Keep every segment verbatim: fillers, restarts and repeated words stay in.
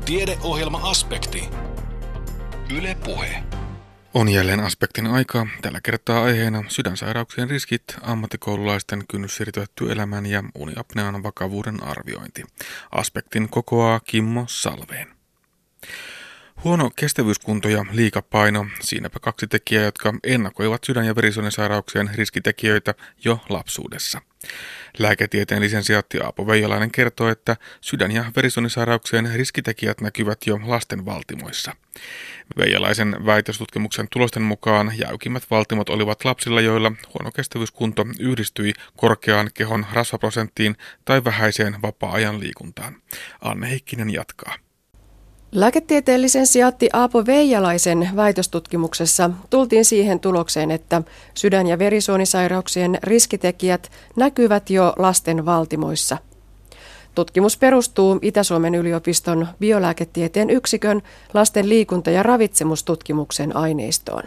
Tiedeohjelma-aspekti. Yle Puhe. On jälleen aspektin aikaa. Tällä kertaa aiheena sydänsairauksien riskit, ammattikoululaisten kynnys siirtyä työelämän ja uniapnean vakavuuden arviointi. Aspektin kokoaa Kimmo Salveen. Huono kestävyyskunto ja liikapaino, siinäpä kaksi tekijää, jotka ennakoivat sydän- ja verisuonisairauksien riskitekijöitä jo lapsuudessa. Lääketieteen lisensiaatti Aapo Veijalainen kertoo, että sydän- ja verisuonisairauksien riskitekijät näkyvät jo lasten valtimoissa. Veijalaisen väitöstutkimuksen tulosten mukaan jäykimmät valtimot olivat lapsilla, joilla huono kestävyyskunto yhdistyi korkeaan kehon rasvaprosenttiin tai vähäiseen vapaa-ajan liikuntaan. Anne Heikkinen jatkaa. Lääketieteen lisensiaatti Aapo Veijalaisen väitöstutkimuksessa tultiin siihen tulokseen, että sydän- ja verisuonisairauksien riskitekijät näkyvät jo lasten valtimoissa. Tutkimus perustuu Itä-Suomen yliopiston biolääketieteen yksikön lasten liikunta- ja ravitsemustutkimuksen aineistoon.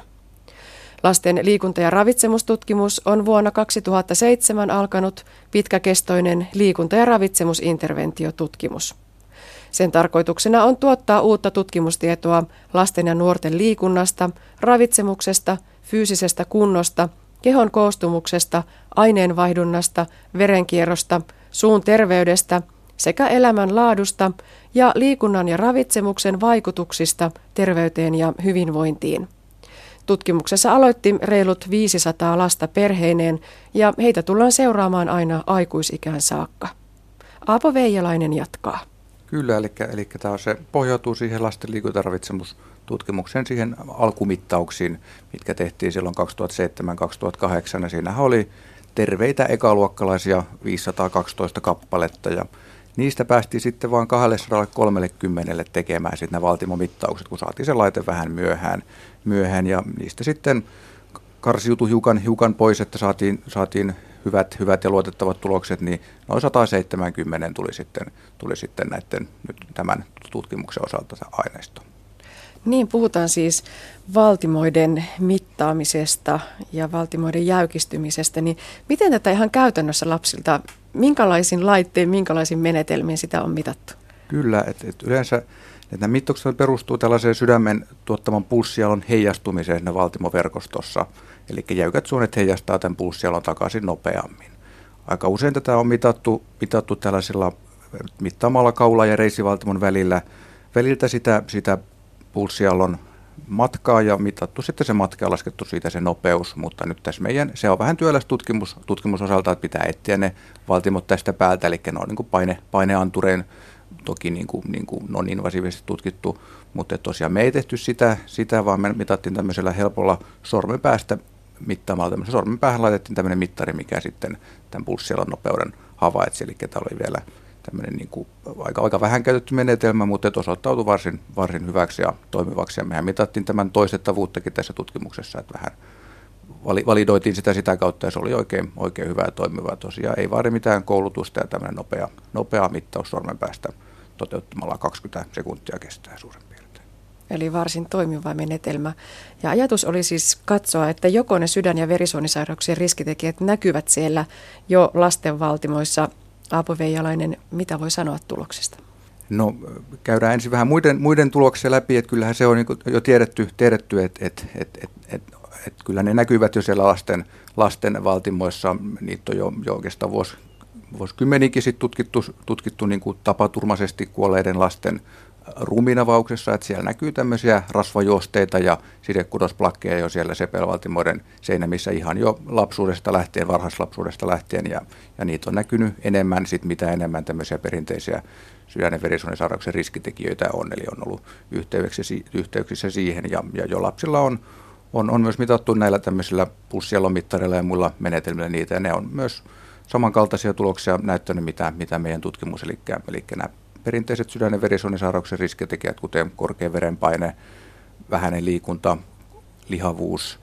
Lasten liikunta- ja ravitsemustutkimus on vuonna kaksituhattaseitsemän alkanut pitkäkestoinen liikunta- ja ravitsemusinterventiotutkimus. Sen tarkoituksena on tuottaa uutta tutkimustietoa lasten ja nuorten liikunnasta, ravitsemuksesta, fyysisestä kunnosta, kehon koostumuksesta, aineenvaihdunnasta, verenkierrosta, suun terveydestä sekä elämänlaadusta ja liikunnan ja ravitsemuksen vaikutuksista terveyteen ja hyvinvointiin. Tutkimuksessa aloitti reilut viisisataa lasta perheineen ja heitä tullaan seuraamaan aina aikuisikään saakka. Aapo Veijalainen jatkaa. Kyllä, eli, eli tämä se pohjautuu siihen lasten liikuntaravitsemustutkimukseen, siihen alkumittauksiin, mitkä tehtiin silloin kaksituhattaseitsemän kaksituhattakahdeksan. Ja siinähän oli terveitä ekaluokkalaisia viisisataakaksitoista kappaletta, ja niistä päästiin sitten vain kaksisataakolmekymmentä tekemään sitten nämä valtimomittaukset, kun saatiin se laite vähän myöhään, myöhään ja niistä sitten karsiutui hiukan, hiukan pois, että saatiin, saatiin hyvät, hyvät ja luotettavat tulokset, niin noin sata seitsemänkymmentä tuli sitten, tuli sitten näiden nyt tämän tutkimuksen osalta aineisto. Niin, puhutaan siis valtimoiden mittaamisesta ja valtimoiden jäykistymisestä, niin miten tätä ihan käytännössä lapsilta, minkälaisin laittein, minkälaisin menetelmiin sitä on mitattu? Kyllä, että et yleensä että nämä mittaukset perustuu tällaiseen sydämen tuottaman pulssialon heijastumiseen siinä valtimoverkostossa. Eli jäykät suonet heijastaa tämän pulssialon takaisin nopeammin. Aika usein tätä on mitattu, mitattu tällaisilla mittaamalla kaula- ja reisivaltimon välillä, väliltä sitä, sitä pulssialon matkaa ja mitattu sitten se matka ja laskettu siitä se nopeus. Mutta nyt tässä meidän, se on vähän työläs tutkimus, tutkimusosalta, että pitää etsiä ne valtimot tästä päältä, eli ne on niin kuin paine, paineantureen toki niin kuin, niin kuin non-invasiivisesti tutkittu, mutta tosiaan me ei tehty sitä, sitä, vaan me mitattiin tämmöisellä helpolla sormenpäästä mittaamalla. Tämmöisen sormenpäähän laitettiin tämmöinen mittari, mikä sitten tämän pulssialon nopeuden havaitsi, eli tämä oli vielä tämmöinen niin kuin aika, aika vähän käytetty menetelmä, mutta osoittautui varsin, varsin hyväksi ja toimivaksi. Ja mehän mitattiin tämän toistettavuuttakin tässä tutkimuksessa, että vähän validoitiin sitä sitä kautta ja se oli oikein, oikein hyvä ja toimiva. Tosiaan ei vaadi mitään koulutusta ja tämmöinen nopea, nopea mittaus sormenpäästä toteuttamalla kaksikymmentä sekuntia kestää suurin piirtein. Eli varsin toimiva menetelmä. Ja ajatus oli siis katsoa, että joko ne sydän- ja verisuonisairauksien riskitekijät näkyvät siellä jo lasten valtimoissa. Aapo Veijalainen, mitä voi sanoa tuloksesta? No käydään ensin vähän muiden, muiden tuloksia läpi, että kyllähän se on niin kuin jo tiedetty, tiedetty että et, et, et, et, et kyllä ne näkyvät jo siellä lasten, lasten valtimoissa. Niitä on jo, jo oikeastaan vuosi, vuosikymmenikin sitten tutkittu, tutkittu niin kuin tapaturmaisesti kuolleiden lasten ruumiinavauksessa, että siellä näkyy tämmöisiä rasvajuosteita ja sidekudosplakkeja jo siellä sepelvaltimoiden seinämissä ihan jo lapsuudesta lähtien, varhaislapsuudesta lähtien, ja, ja niitä on näkynyt enemmän, sit mitä enemmän tämmöisiä perinteisiä sydän- ja verisuonisairauksen riskitekijöitä on, eli on ollut yhteyksissä, yhteyksissä siihen, ja, ja jo lapsilla on, on, on myös mitattu näillä tämmöisillä pulssialomittareilla ja muilla menetelmillä niitä, ja ne on myös samankaltaisia tuloksia näyttänyt, mitä, mitä meidän tutkimus, eli, eli nämä perinteiset sydän- ja verisuonisairauksen riskitekijät, kuten korkea verenpaine, vähäinen liikunta, lihavuus,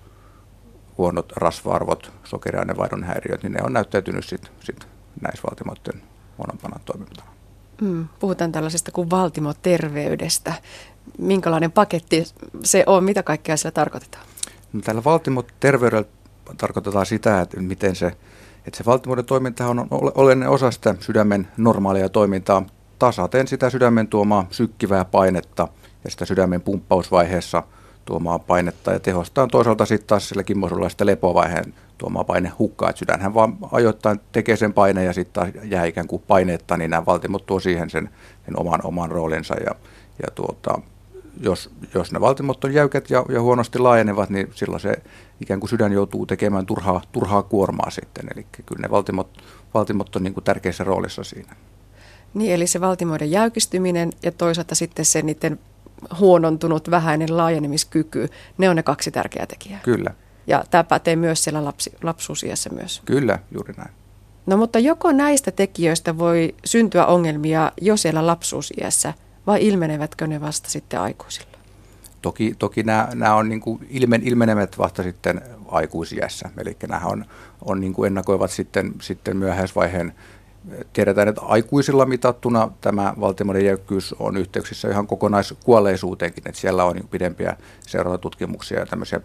huonot rasva-arvot, sokeriaineenvaihdon häiriöt, niin ne on näyttäytynyt sit, sit näissä valtimoiden huonompana toimintana. Mm, puhutaan tällaisesta kuin valtimoterveydestä. Minkälainen paketti se on? Mitä kaikkea sillä tarkoitetaan? No, tällä valtimoterveydellä tarkoitetaan sitä, että miten se, että se valtimoiden toiminta on olennainen osa sitä sydämen normaalia toimintaa. tasaten sitä sydämen tuomaa sykkivää painetta ja sitä sydämen pumppausvaiheessa tuomaa painetta ja tehostaa toisaalta sitten taas sillä kimmosella sitä lepovaiheen tuomaa paine hukkaa, että sydänhän vaan ajoittain tekee sen paineen ja sitten taas jää ikään kuin paineetta, niin nämä valtimot tuo siihen sen, sen oman, oman roolinsa ja, ja tuota, jos, jos ne valtimot on jäykät ja, ja huonosti laajenevat, niin silloin se ikään kuin sydän joutuu tekemään turhaa, turhaa kuormaa sitten, eli kyllä ne valtimot, valtimot on niin kuin tärkeässä roolissa siinä. Niin, eli se valtimoiden jäykistyminen ja toisaalta sitten se niiden huonontunut vähäinen laajenemiskyky, ne on ne kaksi tärkeää tekijää. Kyllä. Ja tämä pätee myös siellä lapsi, lapsuusiässä myös. Kyllä, juuri näin. No mutta joko näistä tekijöistä voi syntyä ongelmia jo siellä lapsuusiässä vai ilmenevätkö ne vasta sitten aikuisilla? Toki, toki nämä, nämä on niin kuin ilmen, ilmenevät vasta sitten aikuisiässä, eli nämä on, on niin kuin ennakoivat sitten, sitten myöhäisvaiheen. Tiedetään, että aikuisilla mitattuna tämä valtimoiden jäykkyys on yhteyksissä ihan kokonaiskuolleisuuteenkin, että siellä on pidempiä seurantatutkimuksia ja tämmöisiä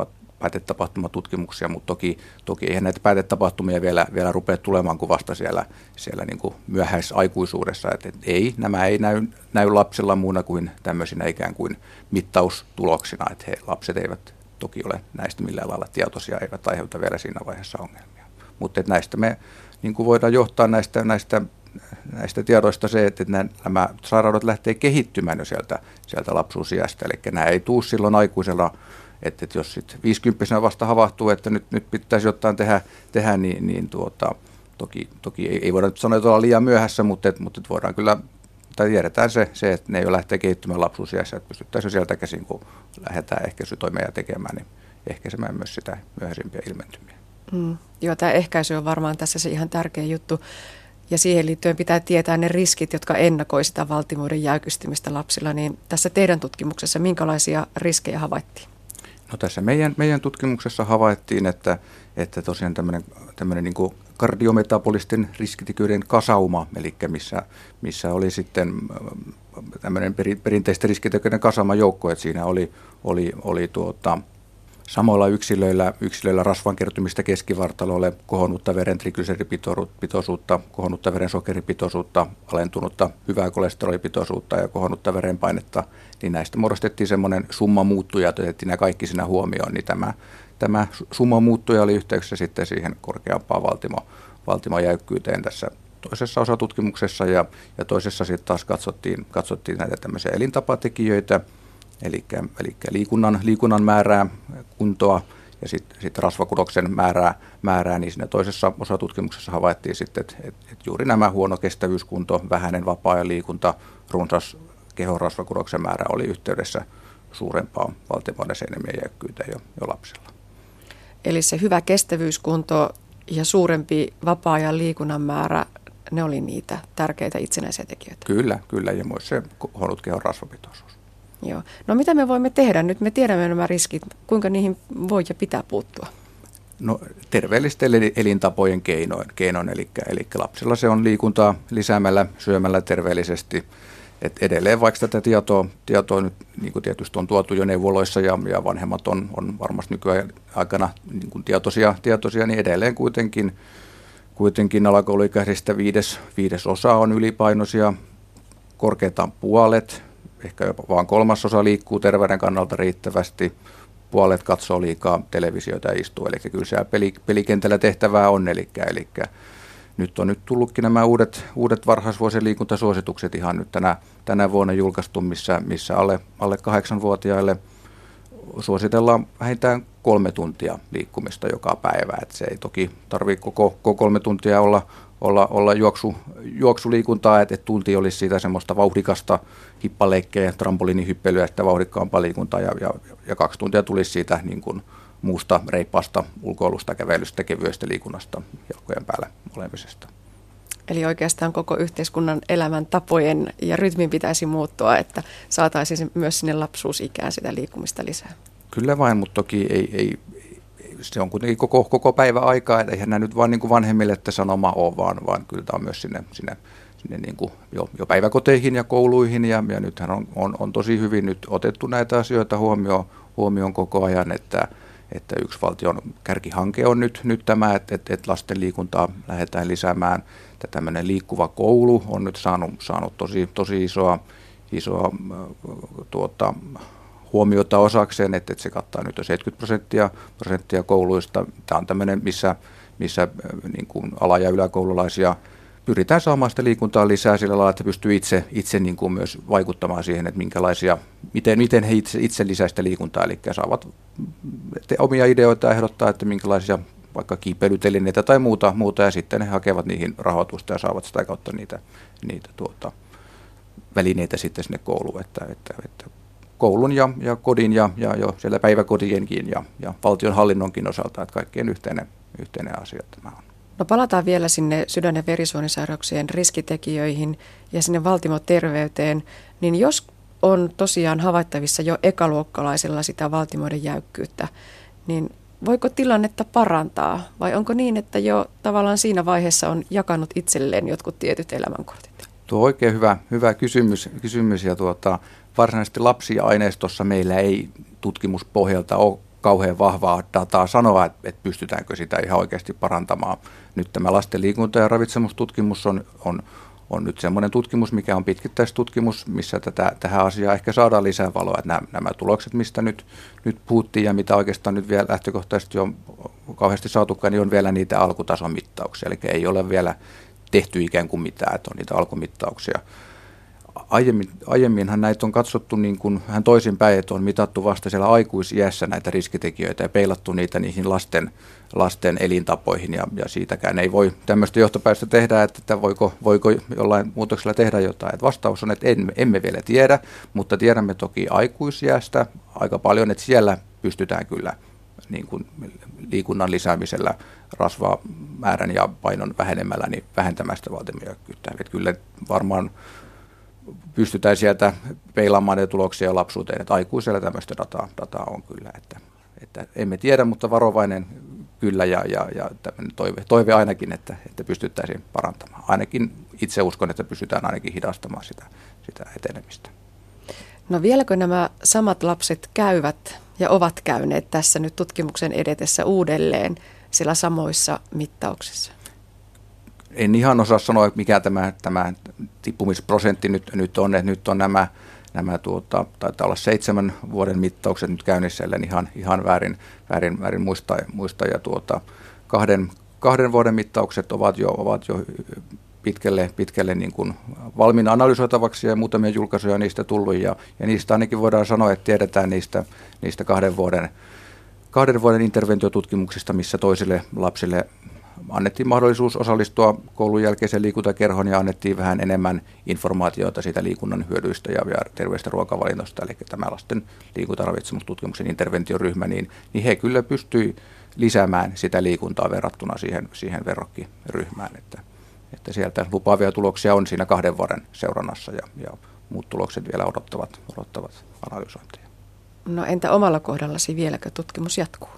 päätetapahtumatutkimuksia, mutta toki, toki eihän näitä päätetapahtumia vielä, vielä rupea tulemaan kuin vasta siellä, siellä niin kuin myöhäisaikuisuudessa. Että ei, nämä ei näy, näy lapsilla muuna kuin tämmöisinä ikään kuin mittaustuloksina, että he, lapset eivät toki ole näistä millään lailla tietoisia, eivät aiheuta vielä siinä vaiheessa ongelmia. Mutta näistä me niin kuin voidaan johtaa näistä, näistä, näistä tiedoista se, että nämä sairaudet lähtee kehittymään jo sieltä, sieltä lapsuusiästä. Eli nämä ei tule silloin aikuisella, että, että jos sitten viisikymppisenä vasta havahtuu, että nyt, nyt pitäisi jotain tehdä, tehdä niin, niin tuota, toki, toki ei, ei voida nyt sanoa, että ollaan liian myöhässä, mutta, mutta voidaan kyllä, tai tiedetään se, se, että ne jo lähtee kehittymään lapsuusiässä, että pystyttäisiin sieltä käsin, kun lähdetään ehkäisytoimia tekemään, niin ehkäisemään myös sitä myöhäisimpiä ilmentymiä. Mm. Joo, tämä ehkäisy on varmaan tässä se ihan tärkeä juttu. Ja siihen liittyen pitää tietää ne riskit, jotka ennakoi sitä valtimoiden jäykistymistä lapsilla. Niin tässä teidän tutkimuksessa minkälaisia riskejä havaittiin? No tässä meidän, meidän tutkimuksessa havaittiin, että, että tosiaan tämmöinen, tämmöinen niin kuin kardiometabolisten riskitekijöiden kasauma, eli missä, missä oli sitten tämmöinen perinteisten riskitekijöiden kasauma joukko, että siinä oli, oli, oli tuota, samoilla yksilöillä, yksilöillä rasvan kertymistä keskivartalolle, kohonnutta veren triglyseridipitoisuutta, kohonnutta veren sokeripitoisuutta, alentunutta hyvää kolesterolipitoisuutta ja kohonnutta verenpainetta, niin näistä muodostettiin semmoinen summa muuttuja, että otettiin nämä kaikki siinä huomioon, niin tämä, tämä summa muuttuja oli yhteyksissä sitten siihen korkeampaan valtimo, valtimojäykkyyteen tässä toisessa osatutkimuksessa ja, ja toisessa sitten taas katsottiin, katsottiin näitä tämmöisiä elintapatekijöitä, Eli, eli liikunnan, liikunnan määrää, kuntoa ja sitten sit rasvakudoksen määrää, määrää, niin siinä toisessa osatutkimuksessa havaittiin sitten, että, että juuri nämä huono kestävyyskunto, vähäinen vapaa-ajan liikunta, runsas kehon rasvakudoksen määrä oli yhteydessä suurempaan valtimoiden seinämien jäykkyyteen jo, jo lapsilla. Eli se hyvä kestävyyskunto ja suurempi vapaa-ajan liikunnan määrä, ne oli niitä tärkeitä itsenäisiä tekijöitä? Kyllä, kyllä ja myös se kohonnut kehon rasvapitoisuus. Joo. No mitä me voimme tehdä? Nyt me tiedämme nämä riskit. Kuinka niihin voi ja pitää puuttua? No terveellisten elintapojen keinoin, keinoin eli, eli lapsilla se on liikuntaa lisäämällä, syömällä terveellisesti. Et edelleen vaikka tätä tietoa, tietoa nyt niin kuin tietysti on tuotu jo neuvoloissa ja, ja vanhemmat on, on varmasti nykyään aikana niin kuin tietoisia, tietoisia, niin edelleen kuitenkin, kuitenkin alakouluikäisistä viides, viides osa on ylipainoisia, korkeintaan puolet. Ehkä jopa vain kolmasosa liikkuu terveyden kannalta riittävästi, puolet katsoo liikaa televisioita ja istuu, eli kyllä siellä peli, pelikentällä tehtävää on, eli, eli nyt on nyt tullutkin nämä uudet, uudet varhaisvuosien liikuntasuositukset ihan nyt tänä, tänä vuonna julkaistu, missä, missä alle, alle kahdeksanvuotiaille suositellaan vähintään kolme tuntia liikkumista joka päivä, että se ei toki tarvitse koko, koko kolme tuntia olla olla, olla juoksu, juoksuliikuntaa, että et tunti olisi siitä semmoista vauhdikasta hippaleikkejä, trampoliinihyppelyä, että vauhdikkaampaa liikuntaa ja, ja, ja kaksi tuntia tulisi siitä niin kuin muusta reippaasta ulkoilusta, kävelystä, kevyestä liikunnasta, jalkojen päällä olemisesta. Eli oikeastaan koko yhteiskunnan elämän tapojen ja rytmin pitäisi muuttua, että saataisiin myös sinne lapsuusikään sitä liikkumista lisää. Kyllä vain, mutta toki ei, ei, se on kuitenkin koko, koko päivä aikaa, että eihän nämä nyt vaan niin kuin vanhemmille että sanoma ole, vaan, vaan kyllä tämä on myös sinne, sinne, sinne niin kuin jo, jo päiväkoteihin ja kouluihin, ja, ja nythän on, on, on tosi hyvin nyt otettu näitä asioita huomioon, huomioon koko ajan, että, että yksi valtion kärkihanke on nyt, nyt tämä, että, että, että lasten liikuntaa lähdetään lisäämään. Tämä tämmöinen liikkuva koulu on nyt saanut, saanut tosi, tosi isoa, isoa tuota, huomiota osakseen, että, että se kattaa nyt jo seitsemänkymmentä prosenttia, prosenttia kouluista. Tämä on tämmöinen, missä, missä niin kuin ala- ja yläkoululaisia pyritään saamaan sitä liikuntaa lisää sillä lailla, että pystyy itse, itse niin kuin myös vaikuttamaan siihen, että minkälaisia, miten, miten he itse, itse lisää sitä liikuntaa, eli saavat omia ideoita ja ehdottaa, että minkälaisia vaikka kiipeilytelineitä tai muuta, muuta, ja sitten he hakevat niihin rahoitusta ja saavat sitä kautta niitä, niitä tuota, välineitä sitten sinne kouluun, että, että, että koulun ja, ja kodin ja, ja jo siellä päiväkodienkin ja, ja valtionhallinnonkin osalta, että kaikkien yhteinen, yhteinen asia tämä on. No palataan vielä sinne sydän- ja verisuonisairauksien riskitekijöihin ja sinne valtimoterveyteen, niin jos on tosiaan havaittavissa jo ekaluokkalaisilla sitä valtimoiden jäykkyyttä, niin voiko tilannetta parantaa vai onko niin, että jo tavallaan siinä vaiheessa on jakanut itselleen jotkut tietyt elämänkortit? Tuo on oikein hyvä, hyvä kysymys, kysymys ja tuota, varsinaisesti lapsiaineistossa meillä ei tutkimuspohjalta ole kauhean vahvaa dataa sanoa, että, että pystytäänkö sitä ihan oikeasti parantamaan. Nyt tämä lasten liikunta- ja ravitsemustutkimus on, on, on nyt semmoinen tutkimus, mikä on pitkittäistutkimus, missä tätä, tähän asiaan ehkä saadaan lisää valoa. Että nämä, nämä tulokset, mistä nyt, nyt puhuttiin ja mitä oikeastaan nyt vielä lähtökohtaisesti on kauheasti saatukaan, niin on vielä niitä alkutason mittauksia. Eli ei ole vielä tehty ikään kuin mitään, että on niitä alkumittauksia. Aiemmin, aiemminhan näitä on katsottu niin kuin vähän toisinpäin, että on mitattu vasta siellä aikuisiässä näitä riskitekijöitä ja peilattu niitä niihin lasten, lasten elintapoihin ja, ja siitäkään ei voi tämmöistä johtopäätöstä tehdä, että voiko, voiko jollain muutoksella tehdä jotain. Että vastaus on, että emme, emme vielä tiedä, mutta tiedämme toki aikuisiästä aika paljon, että siellä pystytään kyllä niin kuin liikunnan lisäämisellä, rasvamäärän ja painon vähenemällä niin vähentämään sitä valtimojäykkyyttä. Että kyllä varmaan pystytään sieltä peilaamaan ne tuloksia jo lapsuuteen, että aikuisella tämmöistä dataa, dataa on kyllä, että, että emme tiedä, mutta varovainen kyllä ja, ja, ja toive, toive ainakin, että, että pystyttäisiin parantamaan. Ainakin itse uskon, että pystytään ainakin hidastamaan sitä, sitä etenemistä. No vieläkö nämä samat lapset käyvät ja ovat käyneet tässä nyt tutkimuksen edetessä uudelleen sillä samoissa mittauksissa? En ihan osaa sanoa, mikä tämä, tämä tippumisprosentti nyt, nyt on. Että nyt on nämä, nämä tuota, taitaa olla seitsemän vuoden mittaukset nyt käynnissä, ellen ihan, ihan väärin, väärin, väärin muista, muista. Ja tuota, kahden, kahden vuoden mittaukset ovat jo, ovat jo pitkälle, pitkälle niin kuin valmiina analysoitavaksi ja muutamia julkaisuja on niistä tullut. Ja, ja niistä ainakin voidaan sanoa, että tiedetään niistä, niistä kahden, vuoden, kahden vuoden interventiotutkimuksista, missä toisille lapsille annettiin mahdollisuus osallistua koulun jälkeiseen liikuntakerhoon ja annettiin vähän enemmän informaatiota siitä liikunnan hyödyistä ja terveestä ruokavalinnosta. Eli tämä lasten liikuntaravitsemustutkimuksen interventioryhmä, niin, niin he kyllä pystyi lisäämään sitä liikuntaa verrattuna siihen, siihen verrokkiryhmään. Että, että sieltä lupaavia tuloksia on siinä kahden vuoden seurannassa ja, ja muut tulokset vielä odottavat, odottavat analysointeja. No entä omalla kohdallasi vieläkö tutkimus jatkuu?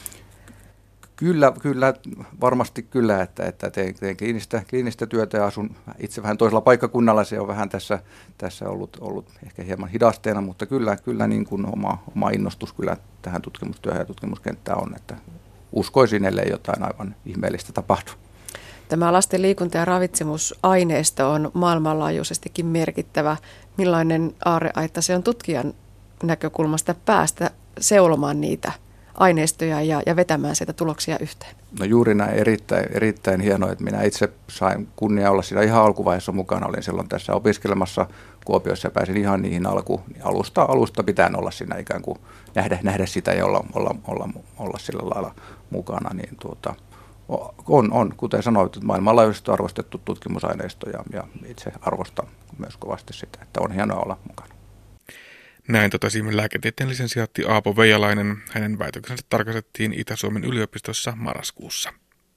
Kyllä, kyllä, varmasti kyllä, että, että teen, teen kliinistä, kliinistä työtä ja asun itse vähän toisella paikkakunnalla. Se on vähän tässä, tässä ollut, ollut ehkä hieman hidasteena, mutta kyllä, kyllä niin kuin oma, oma innostus kyllä tähän tutkimustyöhön ja tutkimuskenttään on, että uskoisin, ellei jotain aivan ihmeellistä tapahdu. Tämä lasten liikunta- ja ravitsemusaineisto on maailmanlaajuisestikin merkittävä. Millainen aarreaitta se on tutkijan näkökulmasta päästä seulomaan niitä aineistoja ja, ja vetämään sieltä tuloksia yhteen? No juuri näin, erittäin, erittäin hienoa, että minä itse sain kunnia olla siinä ihan alkuvaiheessa mukana. Olin silloin tässä opiskelemassa Kuopiossa ja pääsin ihan niihin alku, alusta, alusta pitää olla siinä ikään kuin nähdä, nähdä sitä ja olla, olla, olla, olla sillä lailla mukana. Niin tuota, on, on, kuten sanoit, että maailmanlaajuisesti arvostettu tutkimusaineisto ja, ja itse arvostan myös kovasti sitä, että on hienoa olla mukana. Näin totesi lääketieteen lisensiaatti Aapo Veijalainen. Hänen väitöksensä tarkastettiin Itä-Suomen yliopistossa marraskuussa.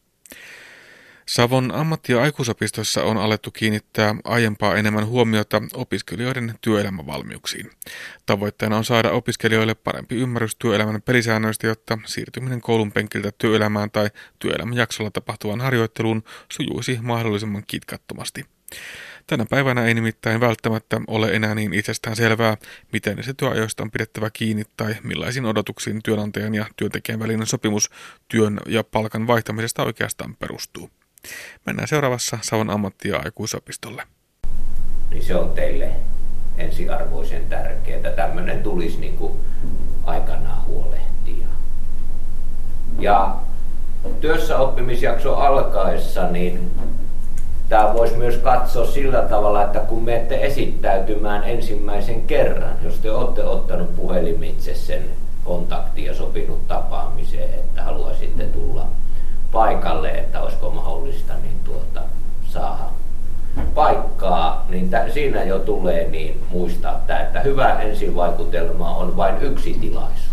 Savon ammatti- ja aikuisopistossa on alettu kiinnittää aiempaa enemmän huomiota opiskelijoiden työelämävalmiuksiin. Tavoitteena on saada opiskelijoille parempi ymmärrys työelämän pelisäännöistä, jotta siirtyminen koulun penkiltä työelämään tai työelämäjaksolla tapahtuvaan harjoitteluun sujuisi mahdollisimman kitkattomasti. Tänä päivänä ei nimittäin välttämättä ole enää niin itsestään selvää, miten se työajoista on pidettävä kiinni tai millaisiin odotuksiin työnantajan ja työntekijän välinen sopimus työn ja palkan vaihtamisesta oikeastaan perustuu. Mennään seuraavassa Savon ammatti- ja aikuisopistolle. Niin se on teille ensiarvoisen tärkeää. Tämmöinen tulisi niin kuin aikanaan huolehtia. Ja työssäoppimisjakso alkaessa, niin tämä voisi myös katsoa sillä tavalla, että kun menette esittäytymään ensimmäisen kerran, jos te olette ottanut puhelimitse sen kontaktin ja sopinut tapaamiseen, että haluaisitte tulla paikalle, että olisiko mahdollista niin tuota, saada paikkaa, niin t- siinä jo tulee niin muistaa tämä, että hyvä ensivaikutelma on vain yksi tilaisuus.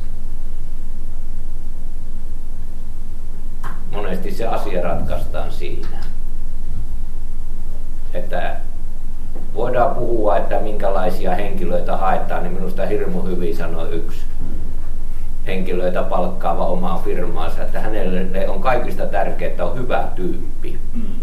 Monesti se asia ratkaistaan siinä, että voidaan puhua, että minkälaisia henkilöitä haetaan, niin minusta hirmu hyvin sanoi yksi henkilöitä palkkaava omaa firmaansa, että hänelle on kaikista tärkeää, että on hyvä tyyppi.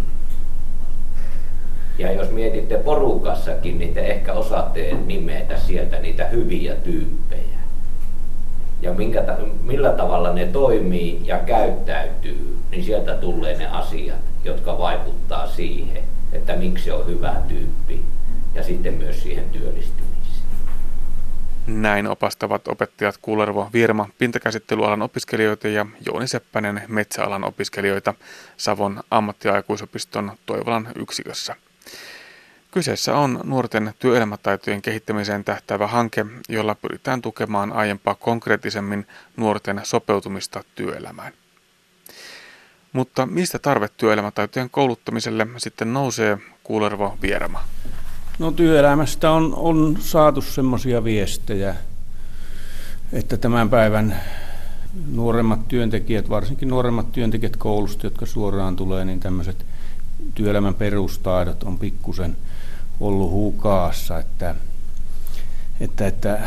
Ja jos mietitte porukassakin, niin te ehkä osaatte nimetä sieltä niitä hyviä tyyppejä. Ja minkä, millä tavalla ne toimii ja käyttäytyy, niin sieltä tulee ne asiat, jotka vaikuttaa siihen, että miksi se on hyvä tyyppi ja sitten myös siihen työllistymiseen. Näin opastavat opettajat Kullervo Vierma pintakäsittelyalan opiskelijoita ja Jouni Seppänen metsäalan opiskelijoita Savon ammattiaikuisopiston Toivolan yksikössä. Kyseessä on nuorten työelämätaitojen kehittämiseen tähtäävä hanke, jolla pyritään tukemaan aiempaa konkreettisemmin nuorten sopeutumista työelämään. Mutta mistä tarve työelämätaitojen kouluttamiselle sitten nousee, Kullervo Vierma? No työelämästä on, on saatu semmoisia viestejä, että tämän päivän nuoremmat työntekijät, varsinkin nuoremmat työntekijät koulusta, jotka suoraan tulee, niin tämmöiset työelämän perustaidot on pikkusen ollut hukaassa, että, että, että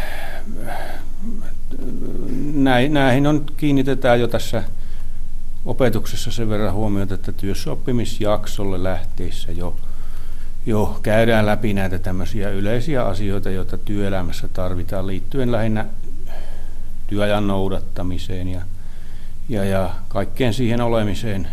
näihin on, kiinnitetään jo tässä opetuksessa sen verran huomiota, että työssäoppimisjaksolle lähteessä jo, jo käydään läpi näitä tämmöisiä yleisiä asioita, joita työelämässä tarvitaan liittyen lähinnä työajan noudattamiseen ja, ja, ja kaikkeen siihen olemiseen,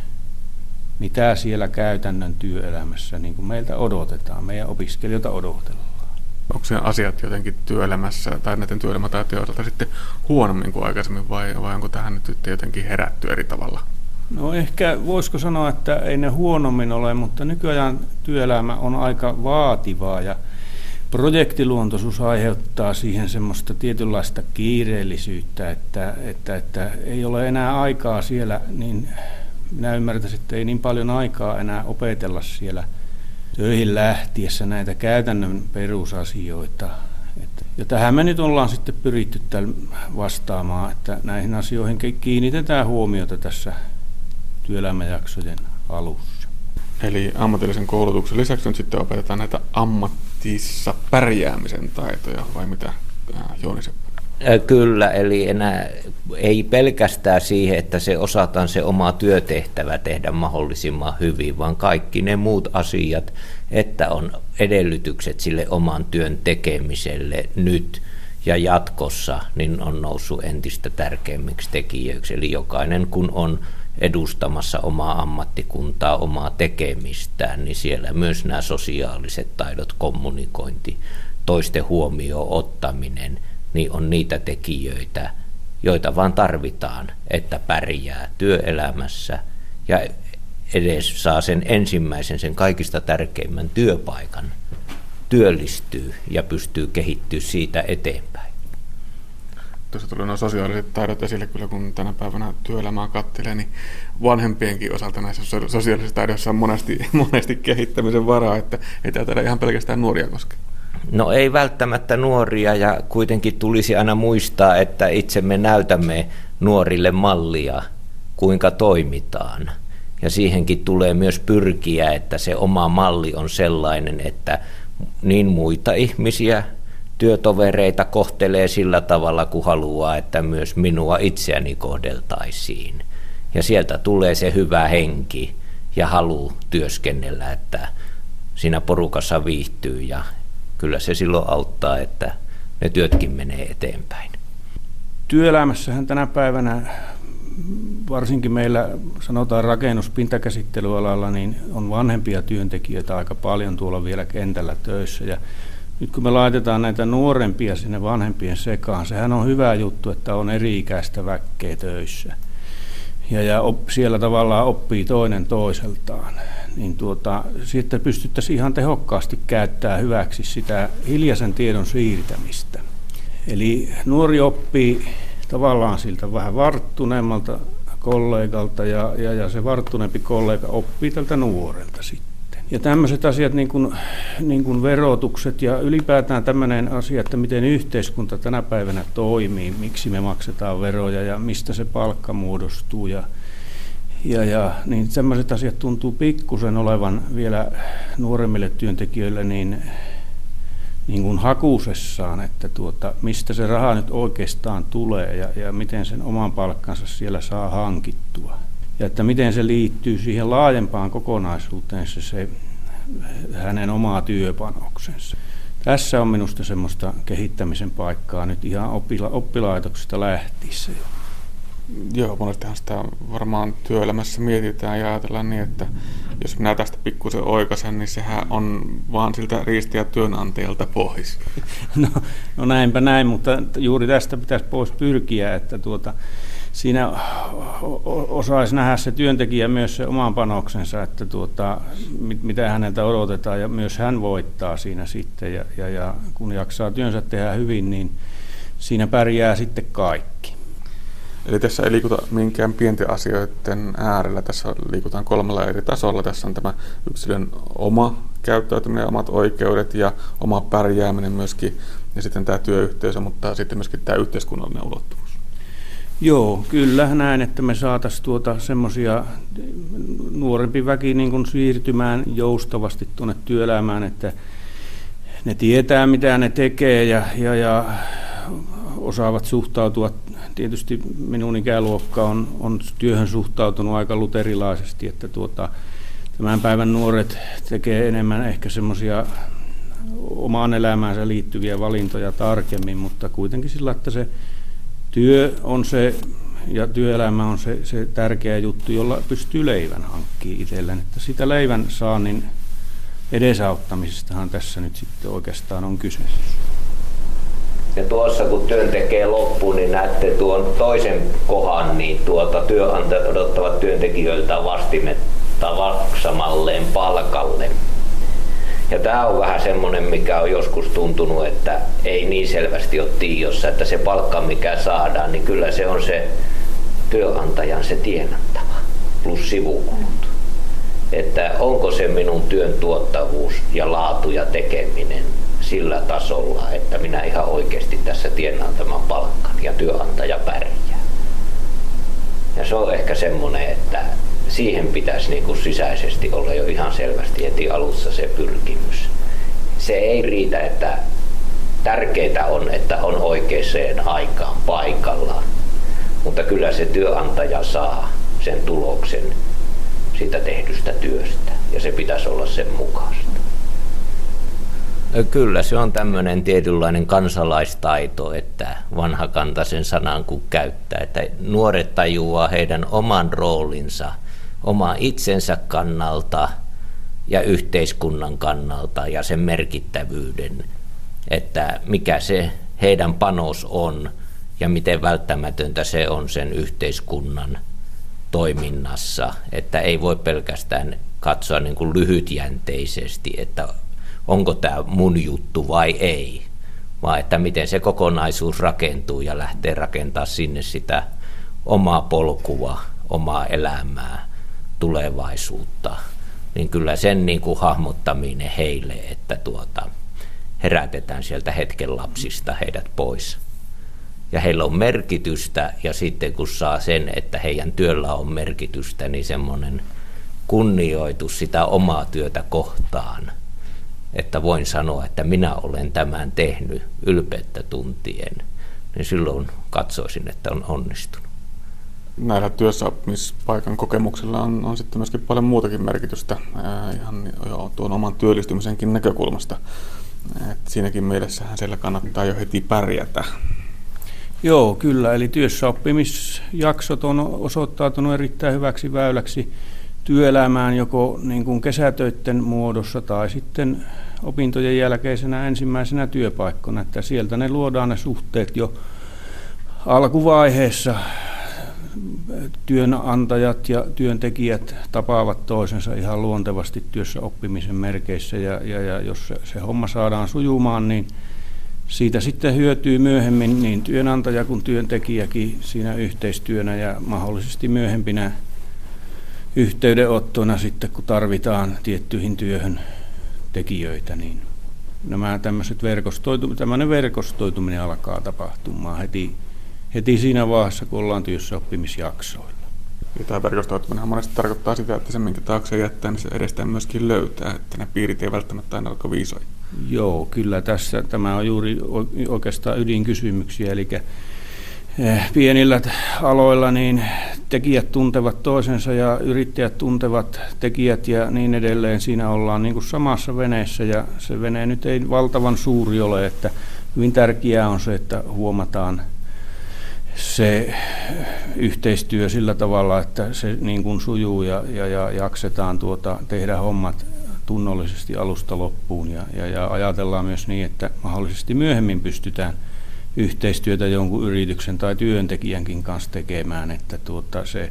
mitä siellä käytännön työelämässä niin kuin meiltä odotetaan, meidän opiskelijoilta odotellaan. Onko se asiat jotenkin työelämässä tai näiden työelämätaitojen osalta sitten huonommin kuin aikaisemmin vai, vai onko tähän nyt jotenkin herätty eri tavalla? No ehkä voisiko sanoa, että ei ne huonommin ole, mutta nykyajan työelämä on aika vaativaa ja projektiluontoisuus aiheuttaa siihen semmoista tietynlaista kiireellisyyttä, että, että, että ei ole enää aikaa siellä, niin minä ymmärtäisin, että ei niin paljon aikaa enää opetella siellä töihin lähtiessä näitä käytännön perusasioita. Ja tähän me nyt ollaan sitten pyritty vastaamaan, että näihin asioihin kiinnitetään huomiota tässä työelämäjaksojen alussa. Eli ammatillisen koulutuksen lisäksi nyt sitten opetetaan näitä ammatissa pärjäämisen taitoja, vai mitä, Jouni Seppänen? Kyllä, eli enää ei pelkästään siihen, että se osataan se oma työtehtävä tehdä mahdollisimman hyvin, vaan kaikki ne muut asiat, että on edellytykset sille oman työn tekemiselle nyt ja jatkossa, niin on noussut entistä tärkeimmiksi tekijöiksi. Eli jokainen, kun on edustamassa omaa ammattikuntaa, omaa tekemistään, niin siellä myös nämä sosiaaliset taidot, kommunikointi, toisten huomioon ottaminen, niin on niitä tekijöitä, joita vaan tarvitaan, että pärjää työelämässä ja edes saa sen ensimmäisen, sen kaikista tärkeimmän työpaikan, työllistyy ja pystyy kehittyä siitä eteenpäin. Tuossa tuli nuo sosiaaliset taidot esille, kyllä kun tänä päivänä työelämää katselee, niin vanhempienkin osalta näissä sosiaalisissa taidoissa on monesti, monesti kehittämisen varaa, että ei täältä ihan pelkästään nuoria koske. No ei välttämättä nuoria, ja kuitenkin tulisi aina muistaa, että itse me näytämme nuorille mallia, kuinka toimitaan. Ja siihenkin tulee myös pyrkiä, että se oma malli on sellainen, että niin muita ihmisiä, työtovereita kohtelee sillä tavalla, kun haluaa, että myös minua itseäni kohdeltaisiin. Ja sieltä tulee se hyvä henki ja halu työskennellä, että siinä porukassa viihtyy ja kyllä se silloin auttaa, että ne työtkin menee eteenpäin. Työelämässähän tänä päivänä, varsinkin meillä sanotaan rakennuspintakäsittelyalalla, niin on vanhempia työntekijöitä aika paljon tuolla vielä kentällä töissä. Ja nyt kun me laitetaan näitä nuorempia sinne vanhempien sekaan, sehän on hyvä juttu, että on eri-ikäistä väkkeä töissä. Ja, ja op, siellä tavallaan oppii toinen toiseltaan. Niin tuota, sitten pystyttäisiin ihan tehokkaasti käyttämään hyväksi sitä hiljaisen tiedon siirtämistä. Eli nuori oppii tavallaan siltä vähän varttuneemmalta kollegalta ja, ja, ja se varttuneempi kollega oppii tältä nuorelta sitten. Ja tämmöiset asiat niin kuin, niin kuin verotukset ja ylipäätään tämmöinen asia, että miten yhteiskunta tänä päivänä toimii, miksi me maksetaan veroja ja mistä se palkka muodostuu. Ja, ja, ja niin tämmöiset asiat tuntuu pikkusen olevan vielä nuoremmille työntekijöille niin, niin kuin hakusessaan, että tuota, mistä se raha nyt oikeastaan tulee ja, ja miten sen oman palkkansa siellä saa hankittua. Ja että miten se liittyy siihen laajempaan kokonaisuuteen se, se hänen omaa työpanoksensa. Tässä on minusta semmoista kehittämisen paikkaa nyt ihan oppila- oppilaitoksesta lähtiessä jo. Joo, monestihan sitä varmaan työelämässä mietitään ja ajatellaan niin, että jos minä tästä pikkusen oikaisen, niin sehän on vaan siltä riistiä työnantajalta pois. No, no näinpä näin, mutta juuri tästä pitäisi pois pyrkiä, että tuota, siinä osaisi nähdä se työntekijä myös se oman panoksensa, että tuota, mitä häneltä odotetaan ja myös hän voittaa siinä sitten ja, ja, ja kun jaksaa työnsä tehdä hyvin, niin siinä pärjää sitten kaikki. Eli tässä ei liikuta minkään pienten asioiden äärellä, tässä liikutaan kolmella eri tasolla. Tässä on tämä yksilön oma käyttäytyminen, omat oikeudet ja oma pärjääminen myöskin, ja sitten tämä työyhteisö, mutta sitten myöskin tämä yhteiskunnallinen ulottuvuus. Joo, kyllä näin, että me saataisiin tuota semmoisia nuorempi väki niin kuin siirtymään joustavasti tuonne työelämään, että ne tietää mitä ne tekee ja, ja, ja osaavat suhtautua. Tietysti minun ikäluokka on, on työhön suhtautunut aika luterilaisesti, että tuota, tämän päivän nuoret tekee enemmän ehkä semmoisia omaan elämäänsä liittyviä valintoja tarkemmin, mutta kuitenkin sillä, että se työ on se ja työelämä on se, se tärkeä juttu, jolla pystyy leivän hankkimaan itselleen. Että sitä leivän saannin edesauttamisestahan tässä nyt sitten oikeastaan on kyse. Ja tuossa kun työn tekee loppuun, niin näette tuon toisen kohan, niin tuota työnantajat odottavat työntekijöiltä vastimetta maksamalleen palkalle. Ja tämä on vähän semmoinen, mikä on joskus tuntunut, että ei niin selvästi ole tiedossa, että se palkka, mikä saadaan, niin kyllä se on se työnantajan se tienattava plus sivukulut. Että onko se minun työn tuottavuus ja laatu ja tekeminen sillä tasolla, että minä ihan oikeasti tässä tienaan tämän palkan ja työnantaja pärjää. Ja se on ehkä semmoinen, että siihen pitäisi niin kuin sisäisesti olla jo ihan selvästi heti alussa se pyrkimys. Se ei riitä, että tärkeää on, että on oikeaan aikaan paikallaan, mutta kyllä se työnantaja saa sen tuloksen siitä tehdystä työstä ja se pitäisi olla sen mukaista. Kyllä se on tämmöinen tietynlainen kansalaistaito, että vanhakantaisen sanan kun käyttää, että nuoret tajuaa heidän oman roolinsa, oma itsensä kannalta ja yhteiskunnan kannalta ja sen merkittävyyden, että mikä se heidän panos on ja miten välttämätöntä se on sen yhteiskunnan toiminnassa, että ei voi pelkästään katsoa niin kuin lyhytjänteisesti, että onko tämä mun juttu vai ei, vaan että miten se kokonaisuus rakentuu ja lähtee rakentamaan sinne sitä omaa polkua, omaa elämää, tulevaisuutta, niin kyllä sen niin kuin hahmottaminen heille, että tuota, herätetään sieltä hetken lapsista heidät pois. Ja heillä on merkitystä ja sitten kun saa sen, että heidän työllä on merkitystä, niin semmoinen kunnioitus sitä omaa työtä kohtaan, että voin sanoa, että minä olen tämän tehnyt ylpeyttä tuntien, niin silloin katsoisin, että on onnistunut. Näillä työssäoppimispaikan kokemuksilla on, on sitten myöskin paljon muutakin merkitystä ää, ihan jo tuon oman työllistymisenkin näkökulmasta. Et siinäkin mielessähän siellä kannattaa jo heti pärjätä. Joo, kyllä. Eli työssäoppimisjaksot on osoittautunut erittäin hyväksi väyläksi työelämään joko niin kuin kesätöiden muodossa tai sitten opintojen jälkeisenä ensimmäisenä työpaikkana. Että sieltä ne luodaan ne suhteet jo alkuvaiheessa. Työnantajat ja työntekijät tapaavat toisensa ihan luontevasti työssä oppimisen merkeissä ja, ja, ja jos se, se homma saadaan sujumaan, niin siitä sitten hyötyy myöhemmin niin työnantaja kuin työntekijäkin siinä yhteistyönä ja mahdollisesti myöhempinä yhteydenottona sitten, kun tarvitaan tiettyihin työhön tekijöitä, niin nämä tämmöiset verkostoitu, tämmöinen verkostoituminen alkaa tapahtumaan heti heti siinä vaiheessa, kun ollaan työssäoppimisjaksoilla. Ja tämä verkostoituminen monesti tarkoittaa sitä, että se, minkä taakse jättää, niin se edestään myöskin löytää, että ne piirit ei välttämättä aina ole kovin isoja. Joo, kyllä tässä tämä on juuri oikeastaan ydinkysymyksiä, eli pienillä aloilla niin tekijät tuntevat toisensa ja yrittäjät tuntevat tekijät ja niin edelleen. Siinä ollaan niin kuin samassa veneessä ja se vene nyt ei valtavan suuri ole, että hyvin tärkeää on se, että huomataan se yhteistyö sillä tavalla, että se niin kuin sujuu ja, ja, ja jaksetaan tuota, tehdä hommat tunnollisesti alusta loppuun ja, ja, ja ajatellaan myös niin, että mahdollisesti myöhemmin pystytään yhteistyötä jonkun yrityksen tai työntekijänkin kanssa tekemään, että tuota, se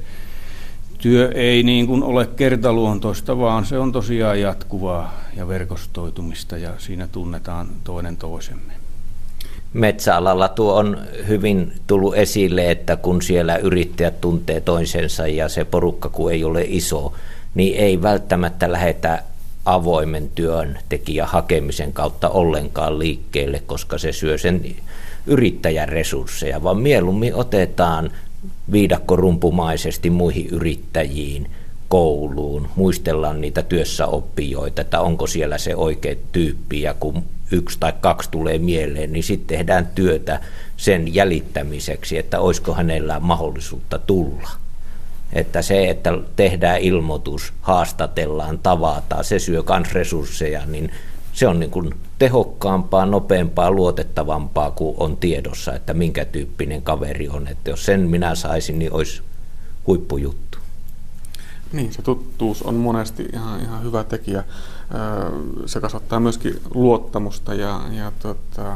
työ ei niin kuin ole kertaluontoista, vaan se on tosiaan jatkuvaa ja verkostoitumista ja siinä tunnetaan toinen toisemme. Metsäalalla tuo on hyvin tullut esille, että kun siellä yrittäjät tuntee toisensa ja se porukka kun ei ole iso, niin ei välttämättä lähetä avoimen työntekijän hakemisen kautta ollenkaan liikkeelle, koska se syö sen yrittäjän resursseja, vaan mieluummin otetaan viidakkorumpumaisesti muihin yrittäjiin, kouluun, muistellaan niitä työssäoppijoita, että onko siellä se oikea tyyppi ja kun yksi tai kaksi tulee mieleen, niin sitten tehdään työtä sen jäljittämiseksi, että olisiko hänellä mahdollisuutta tulla. Että se, että tehdään ilmoitus, haastatellaan, tavataan, se syö myös resursseja, niin se on niin kuin tehokkaampaa, nopeampaa, luotettavampaa kuin on tiedossa, että minkä tyyppinen kaveri on. Että jos sen minä saisin, niin olisi huippujuttu. Niin, se tuttuus on monesti ihan, ihan hyvä tekijä. Se kasvattaa myöskin luottamusta ja, ja tota,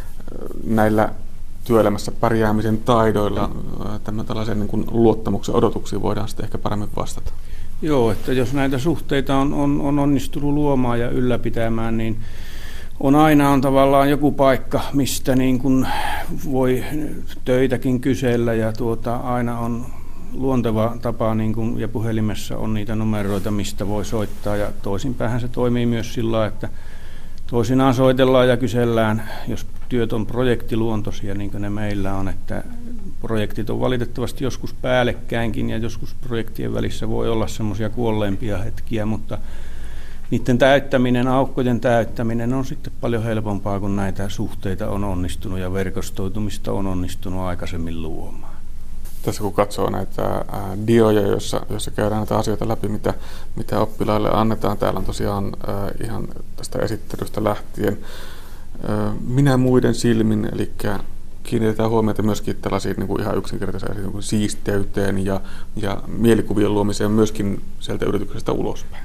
näillä työelämässä pärjäämisen taidoilla tällaisen niin kuin luottamuksen odotuksiin voidaan sitten ehkä paremmin vastata. Joo, että jos näitä suhteita on, on, on onnistunut luomaan ja ylläpitämään, niin on aina on tavallaan joku paikka, mistä niin kuin voi töitäkin kysellä ja tuota, aina on luonteva tapa, niin kuin, ja puhelimessa on niitä numeroita, mistä voi soittaa, ja toisinpäin se toimii myös sillä, että toisinaan soitellaan ja kysellään, jos työt on projektiluontoisia, niin kuin ne meillä on, että projektit on valitettavasti joskus päällekkäinkin, ja joskus projektien välissä voi olla semmoisia kuolleimpia hetkiä, mutta niiden täyttäminen, aukkojen täyttäminen on sitten paljon helpompaa, kun näitä suhteita on onnistunut ja verkostoitumista on onnistunut aikaisemmin luomaan. Tässä kun katsoo näitä ää, dioja, joissa, joissa käydään näitä asioita läpi, mitä, mitä oppilaille annetaan. Täällä on tosiaan ää, ihan tästä esittelystä lähtien ää, minä muiden silmin, eli kiinnitetään huomiota myöskin tällaisiin niin kuin ihan yksinkertaisiin niin kuin siisteyteen ja, ja mielikuvien luomiseen myöskin sieltä yrityksestä ulospäin.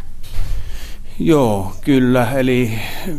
Joo, kyllä. Eli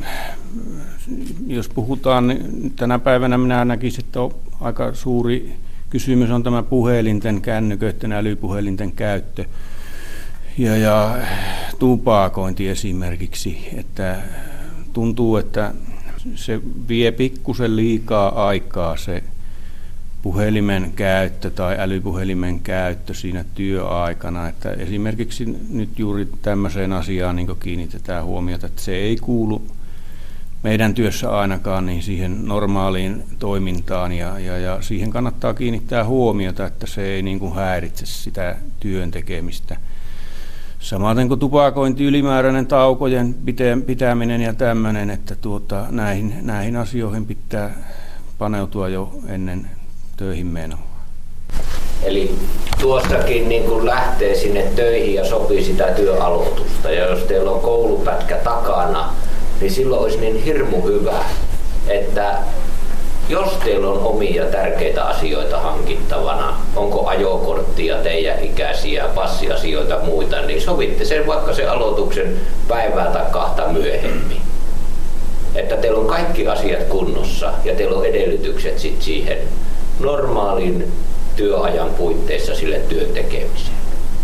jos puhutaan, niin tänä päivänä minä näkisin, että on aika suuri kysymys on tämä puhelinten, kännyköiden, älypuhelinten käyttö ja, ja tupakointi esimerkiksi, että tuntuu, että se vie pikkusen liikaa aikaa se puhelimen käyttö tai älypuhelimen käyttö siinä työaikana, että esimerkiksi nyt juuri tämmöiseen asiaan niin kiinnitetään huomiota, että se ei kuulu meidän työssä ainakaan niin siihen normaaliin toimintaan ja, ja, ja siihen kannattaa kiinnittää huomiota, että se ei niin kuin häiritse sitä työn tekemistä. Samaten kuin tupakointi, ylimääräinen taukojen pitäminen ja tämmöinen, että tuota, näihin, näihin asioihin pitää paneutua jo ennen töihin menoa. Eli tuossakin niin kun lähtee sinne töihin ja sopii sitä työaloitusta. Ja jos teillä on koulupätkä takana, niin silloin olisi niin hirmu hyvä, että jos teillä on omia tärkeitä asioita hankittavana, onko ajokorttia, teidän ikäisiä, passiasioita ja muita, niin sovitte sen vaikka sen aloituksen päivää tai kahta myöhemmin. Että teillä on kaikki asiat kunnossa ja teillä on edellytykset sit siihen normaalin työajan puitteissa sille työn tekemiseen.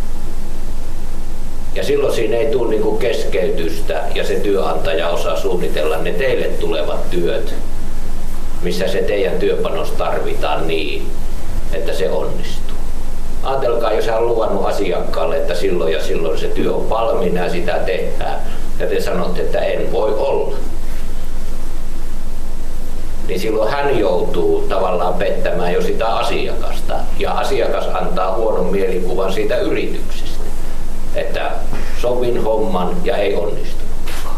Ja silloin siinä ei tule niinku keskeytystä ja se työnantaja osaa suunnitella ne teille tulevat työt, missä se teidän työpanos tarvitaan niin, että se onnistuu. Ajatelkaa, jos hän on luvannut asiakkaalle, että silloin ja silloin se työ on valmiina ja sitä tehdään, ja te sanotte, että en voi olla. Niin silloin hän joutuu tavallaan pettämään jo sitä asiakasta, ja asiakas antaa huonon mielikuvan siitä yrityksestä, että sovin homman ja ei onnistunutkaan.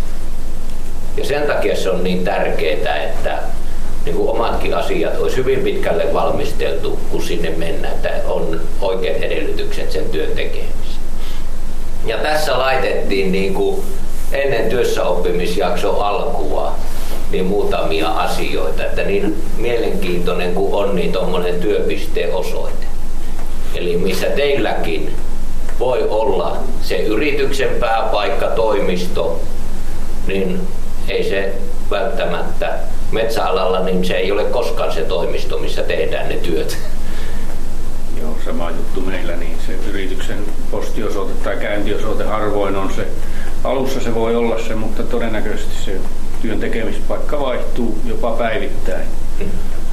Ja sen takia se on niin tärkeää, että niin kuin omatkin asiat olisi hyvin pitkälle valmisteltu, kun sinne mennään, että on oikeat edellytykset sen työn tekemiseen. Ja tässä laitettiin niin kuin ennen työssäoppimisjakson alkua niin muutamia asioita, että niin mielenkiintoinen kuin on niin tuommoinen työpisteen osoite. Eli missä teilläkin voi olla se yrityksen pääpaikka, toimisto, niin ei se välttämättä metsäalalla, niin se ei ole koskaan se toimisto, missä tehdään ne työt. Joo, sama juttu meillä, niin se yrityksen postiosoite tai käyntiosoite harvoin on se. Alussa se voi olla se, mutta todennäköisesti se työn tekemispaikka vaihtuu jopa päivittäin. Hmm.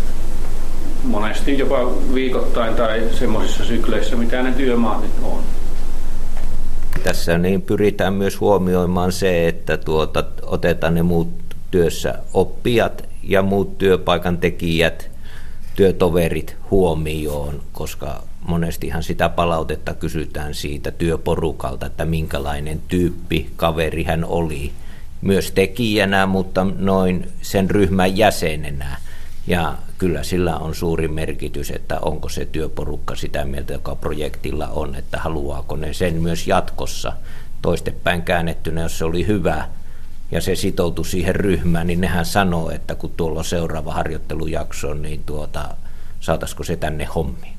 Monesti jopa viikoittain tai semmoisissa sykleissä, mitä ne työmaat on. Tässä niin pyritään myös huomioimaan se, että tuota, otetaan ne muut työssä oppijat ja muut työpaikan tekijät, työtoverit huomioon, koska monestihan sitä palautetta kysytään siitä työporukalta, että minkälainen tyyppi kaveri hän oli myös tekijänä, mutta noin sen ryhmän jäsenenä. Ja kyllä sillä on suuri merkitys, että onko se työporukka sitä mieltä, joka projektilla on, että haluaako ne sen myös jatkossa. Toistepäin käännettynä, jos se oli hyvä ja se sitoutui siihen ryhmään, niin nehän sanoo, että kun tuolla on seuraava harjoittelujakso, niin tuota, saataisiko se tänne hommiin.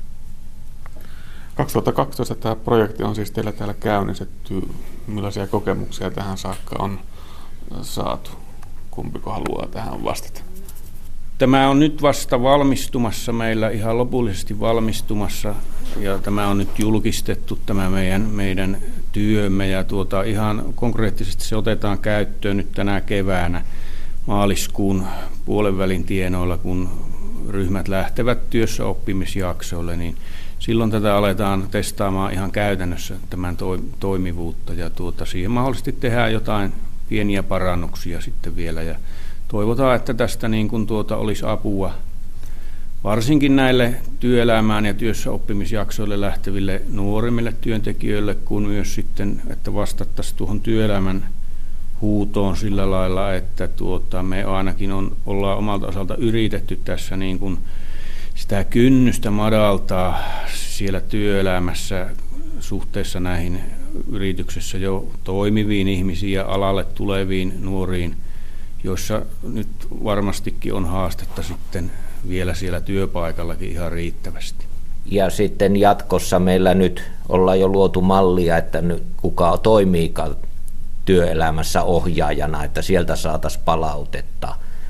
kaksituhattakaksitoista tämä projekti on siis teillä täällä käynnistetty. Millaisia kokemuksia tähän saakka on saatu? Kumpiko haluaa tähän vastata? Tämä on nyt vasta valmistumassa meillä, ihan lopullisesti valmistumassa, ja tämä on nyt julkistettu, tämä meidän, meidän työmme, ja tuota, ihan konkreettisesti se otetaan käyttöön nyt tänä keväänä maaliskuun puolenvälin tienoilla, kun ryhmät lähtevät työssä oppimisjaksoille, niin silloin tätä aletaan testaamaan ihan käytännössä tämän toimivuutta, ja tuota, siihen mahdollisesti tehdään jotain pieniä parannuksia sitten vielä, ja toivotaan, että tästä niin kuin tuota olisi apua varsinkin näille työelämään ja työssäoppimisjaksoille lähteville nuorimmille työntekijöille, kun myös sitten, että vastattaisiin tuohon työelämän huutoon sillä lailla, että tuota, me ainakin on, ollaan omalta osalta yritetty tässä niin kuin sitä kynnystä madaltaa siellä työelämässä suhteessa näihin yrityksessä jo toimiviin ihmisiin ja alalle tuleviin nuoriin, joissa nyt varmastikin on haastetta sitten vielä siellä työpaikallakin ihan riittävästi. Ja sitten jatkossa meillä nyt ollaan jo luotu mallia, että nyt kuka toimiikaan työelämässä ohjaajana, että sieltä saataisiin palautetta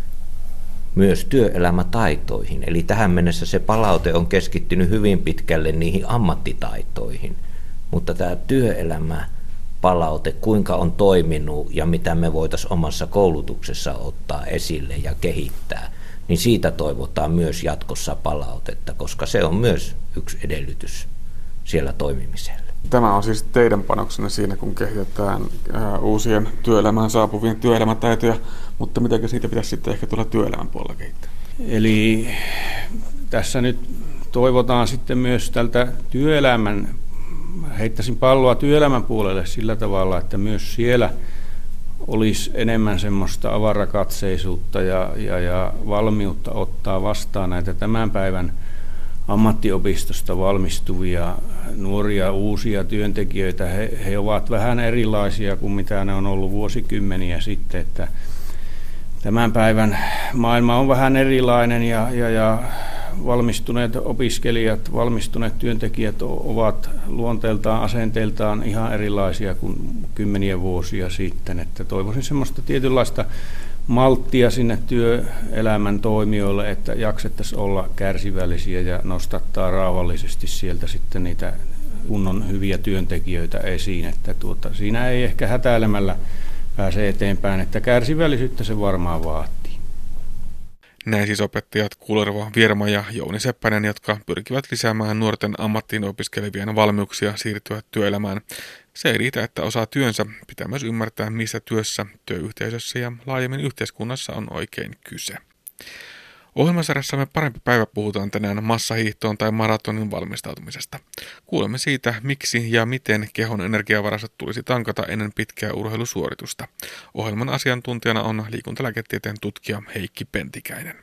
myös työelämätaitoihin. Eli tähän mennessä se palaute on keskittynyt hyvin pitkälle niihin ammattitaitoihin, mutta tämä työelämä palaute, kuinka on toiminut ja mitä me voitaisiin omassa koulutuksessa ottaa esille ja kehittää, niin siitä toivotaan myös jatkossa palautetta, koska se on myös yksi edellytys siellä toimimiselle. Tämä on siis teidän panoksenne siinä, kun kehitetään uusien työelämään saapuvien työelämätaitoja, mutta miten siitä pitäisi sitten ehkä tulla työelämän puolella kehittää? Eli tässä nyt toivotaan sitten myös tältä työelämän, heittäisin palloa työelämän puolelle sillä tavalla, että myös siellä olisi enemmän semmoista avarakatseisuutta ja, ja, ja valmiutta ottaa vastaan näitä tämän päivän ammattiopistosta valmistuvia nuoria uusia työntekijöitä. He, he ovat vähän erilaisia kuin mitä ne on ollut vuosikymmeniä sitten, että tämän päivän maailma on vähän erilainen ja, ja, ja valmistuneet opiskelijat, valmistuneet työntekijät ovat luonteeltaan, asenteiltaan ihan erilaisia kuin kymmeniä vuosia sitten. Että toivoisin semmoista tietynlaista malttia sinne työelämän toimijoille, että jaksettaisiin olla kärsivällisiä ja nostattaa rauhallisesti sieltä sitten niitä kunnon hyviä työntekijöitä esiin. Että tuota, siinä ei ehkä hätäilemällä pääse eteenpäin, että kärsivällisyyttä se varmaan vaatii. Näin siis opettajat Kullervo, Vierma ja Jouni Seppänen, jotka pyrkivät lisäämään nuorten ammattiin opiskelevien valmiuksia siirtyä työelämään. Se ei riitä, että osaa työnsä, pitää myös ymmärtää, missä työssä, työyhteisössä ja laajemmin yhteiskunnassa on oikein kyse. Ohjelmasarjassamme Parempi päivä puhutaan tänään massahiihtoon tai maratonin valmistautumisesta. Kuulemme siitä, miksi ja miten kehon energiavarastot tulisi tankata ennen pitkää urheilusuoritusta. Ohjelman asiantuntijana on liikuntalääketieteen tutkija Heikki Pentikäinen.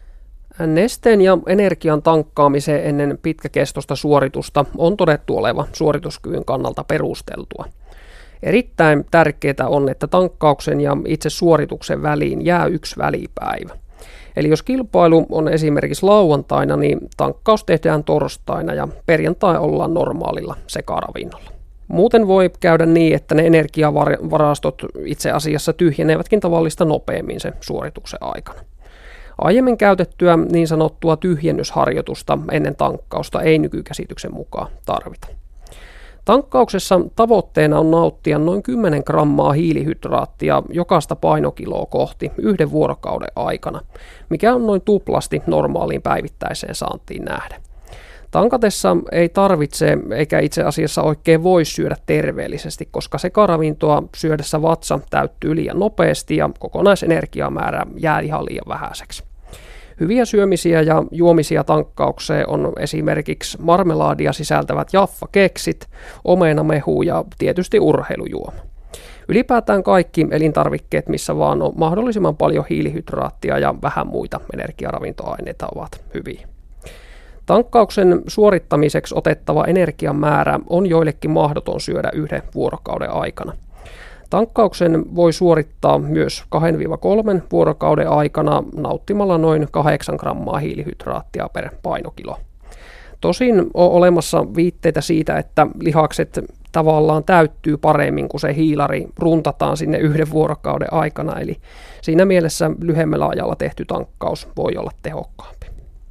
Nesteen ja energian tankkaamiseen ennen pitkäkestoista suoritusta on todettu oleva suorituskyvyn kannalta perusteltua. Erittäin tärkeää on, että tankkauksen ja itse suorituksen väliin jää yksi välipäivä. Eli jos kilpailu on esimerkiksi lauantaina, niin tankkaus tehdään torstaina ja perjantai ollaan normaalilla sekaravinnolla. Muuten voi käydä niin, että ne energiavarastot itse asiassa tyhjenevätkin tavallista nopeammin sen suorituksen aikana. Aiemmin käytettyä niin sanottua tyhjennysharjoitusta ennen tankkausta ei nykykäsityksen mukaan tarvita. Tankkauksessa tavoitteena on nauttia noin kymmenen grammaa hiilihydraattia jokaista painokiloa kohti yhden vuorokauden aikana, mikä on noin tuplasti normaaliin päivittäiseen saantiin nähden. Tankatessa ei tarvitse eikä itse asiassa oikein voi syödä terveellisesti, koska sekaravintoa syödessä vatsa täyttyy liian nopeasti ja kokonaisenergiamäärä jää ihan liian vähäiseksi. Hyviä syömisiä ja juomisia tankkaukseen on esimerkiksi marmelaadia sisältävät Jaffa-keksit, omenamehu ja tietysti urheilujuoma. Ylipäätään kaikki elintarvikkeet, missä vaan on mahdollisimman paljon hiilihydraattia ja vähän muita energiaravintoaineita, ovat hyviä. Tankkauksen suorittamiseksi otettava energian määrä on joillekin mahdoton syödä yhden vuorokauden aikana. Tankkauksen voi suorittaa myös kaksi kolme vuorokauden aikana nauttimalla noin kahdeksan grammaa hiilihydraattia per painokilo. Tosin on olemassa viitteitä siitä, että lihakset tavallaan täyttyy paremmin, kun se hiilari runtataan sinne yhden vuorokauden aikana, eli siinä mielessä lyhyemmällä ajalla tehty tankkaus voi olla tehokkaampi.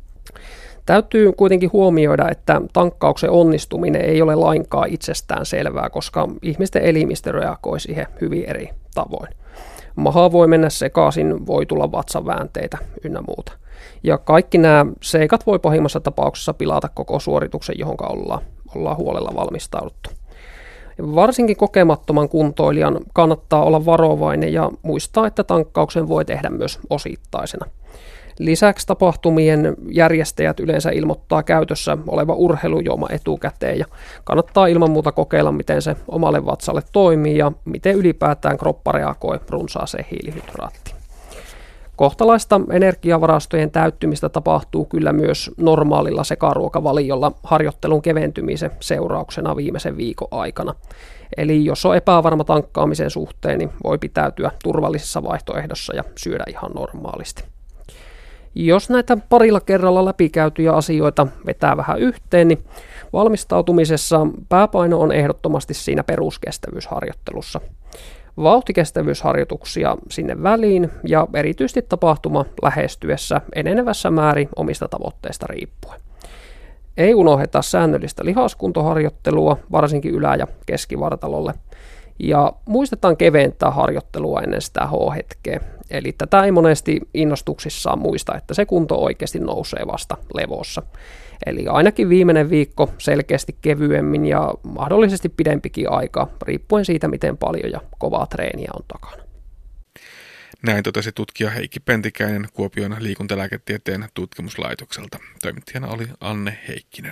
Täytyy kuitenkin huomioida, että tankkauksen onnistuminen ei ole lainkaan itsestään selvää, koska ihmisten elimistö reagoi siihen hyvin eri tavoin. Maha voi mennä sekaisin, voi tulla vatsaväänteitä ynnä muuta. Ja kaikki nämä seikat voi pahimmassa tapauksessa pilata koko suorituksen, johon ollaan, ollaan huolella valmistauduttu. Varsinkin kokemattoman kuntoilijan kannattaa olla varovainen ja muistaa, että tankkauksen voi tehdä myös osittaisena. Lisäksi tapahtumien järjestäjät yleensä ilmoittaa käytössä oleva urheilujuoma etukäteen ja kannattaa ilman muuta kokeilla, miten se omalle vatsalle toimii ja miten ylipäätään kroppa reagoi runsaaseen hiilihydraattiin. Kohtalaista energiavarastojen täyttymistä tapahtuu kyllä myös normaalilla sekaruokavaliolla harjoittelun keventymisen seurauksena viimeisen viikon aikana. Eli jos on epävarma tankkaamisen suhteen, niin voi pitäytyä turvallisessa vaihtoehdossa ja syödä ihan normaalisti. Jos näitä parilla kerralla läpikäytyjä asioita vetää vähän yhteen, niin valmistautumisessa pääpaino on ehdottomasti siinä peruskestävyysharjoittelussa. Vauhtikestävyysharjoituksia sinne väliin ja erityisesti tapahtuma lähestyessä enenevässä määrin omista tavoitteista riippuen. Ei unohdeta säännöllistä lihaskuntoharjoittelua, varsinkin ylä- ja keskivartalolle. Ja muistetaan keventää harjoittelua ennen sitä H-hetkeä. Eli tätä ei monesti innostuksissaan muista, että se kunto oikeasti nousee vasta levossa. Eli ainakin viimeinen viikko selkeästi kevyemmin ja mahdollisesti pidempikin aika, riippuen siitä, miten paljon ja kovaa treeniä on takana. Näin totesi tutkija Heikki Pentikäinen Kuopion liikuntalääketieteen tutkimuslaitokselta. Toimittajana oli Anne Heikkinen.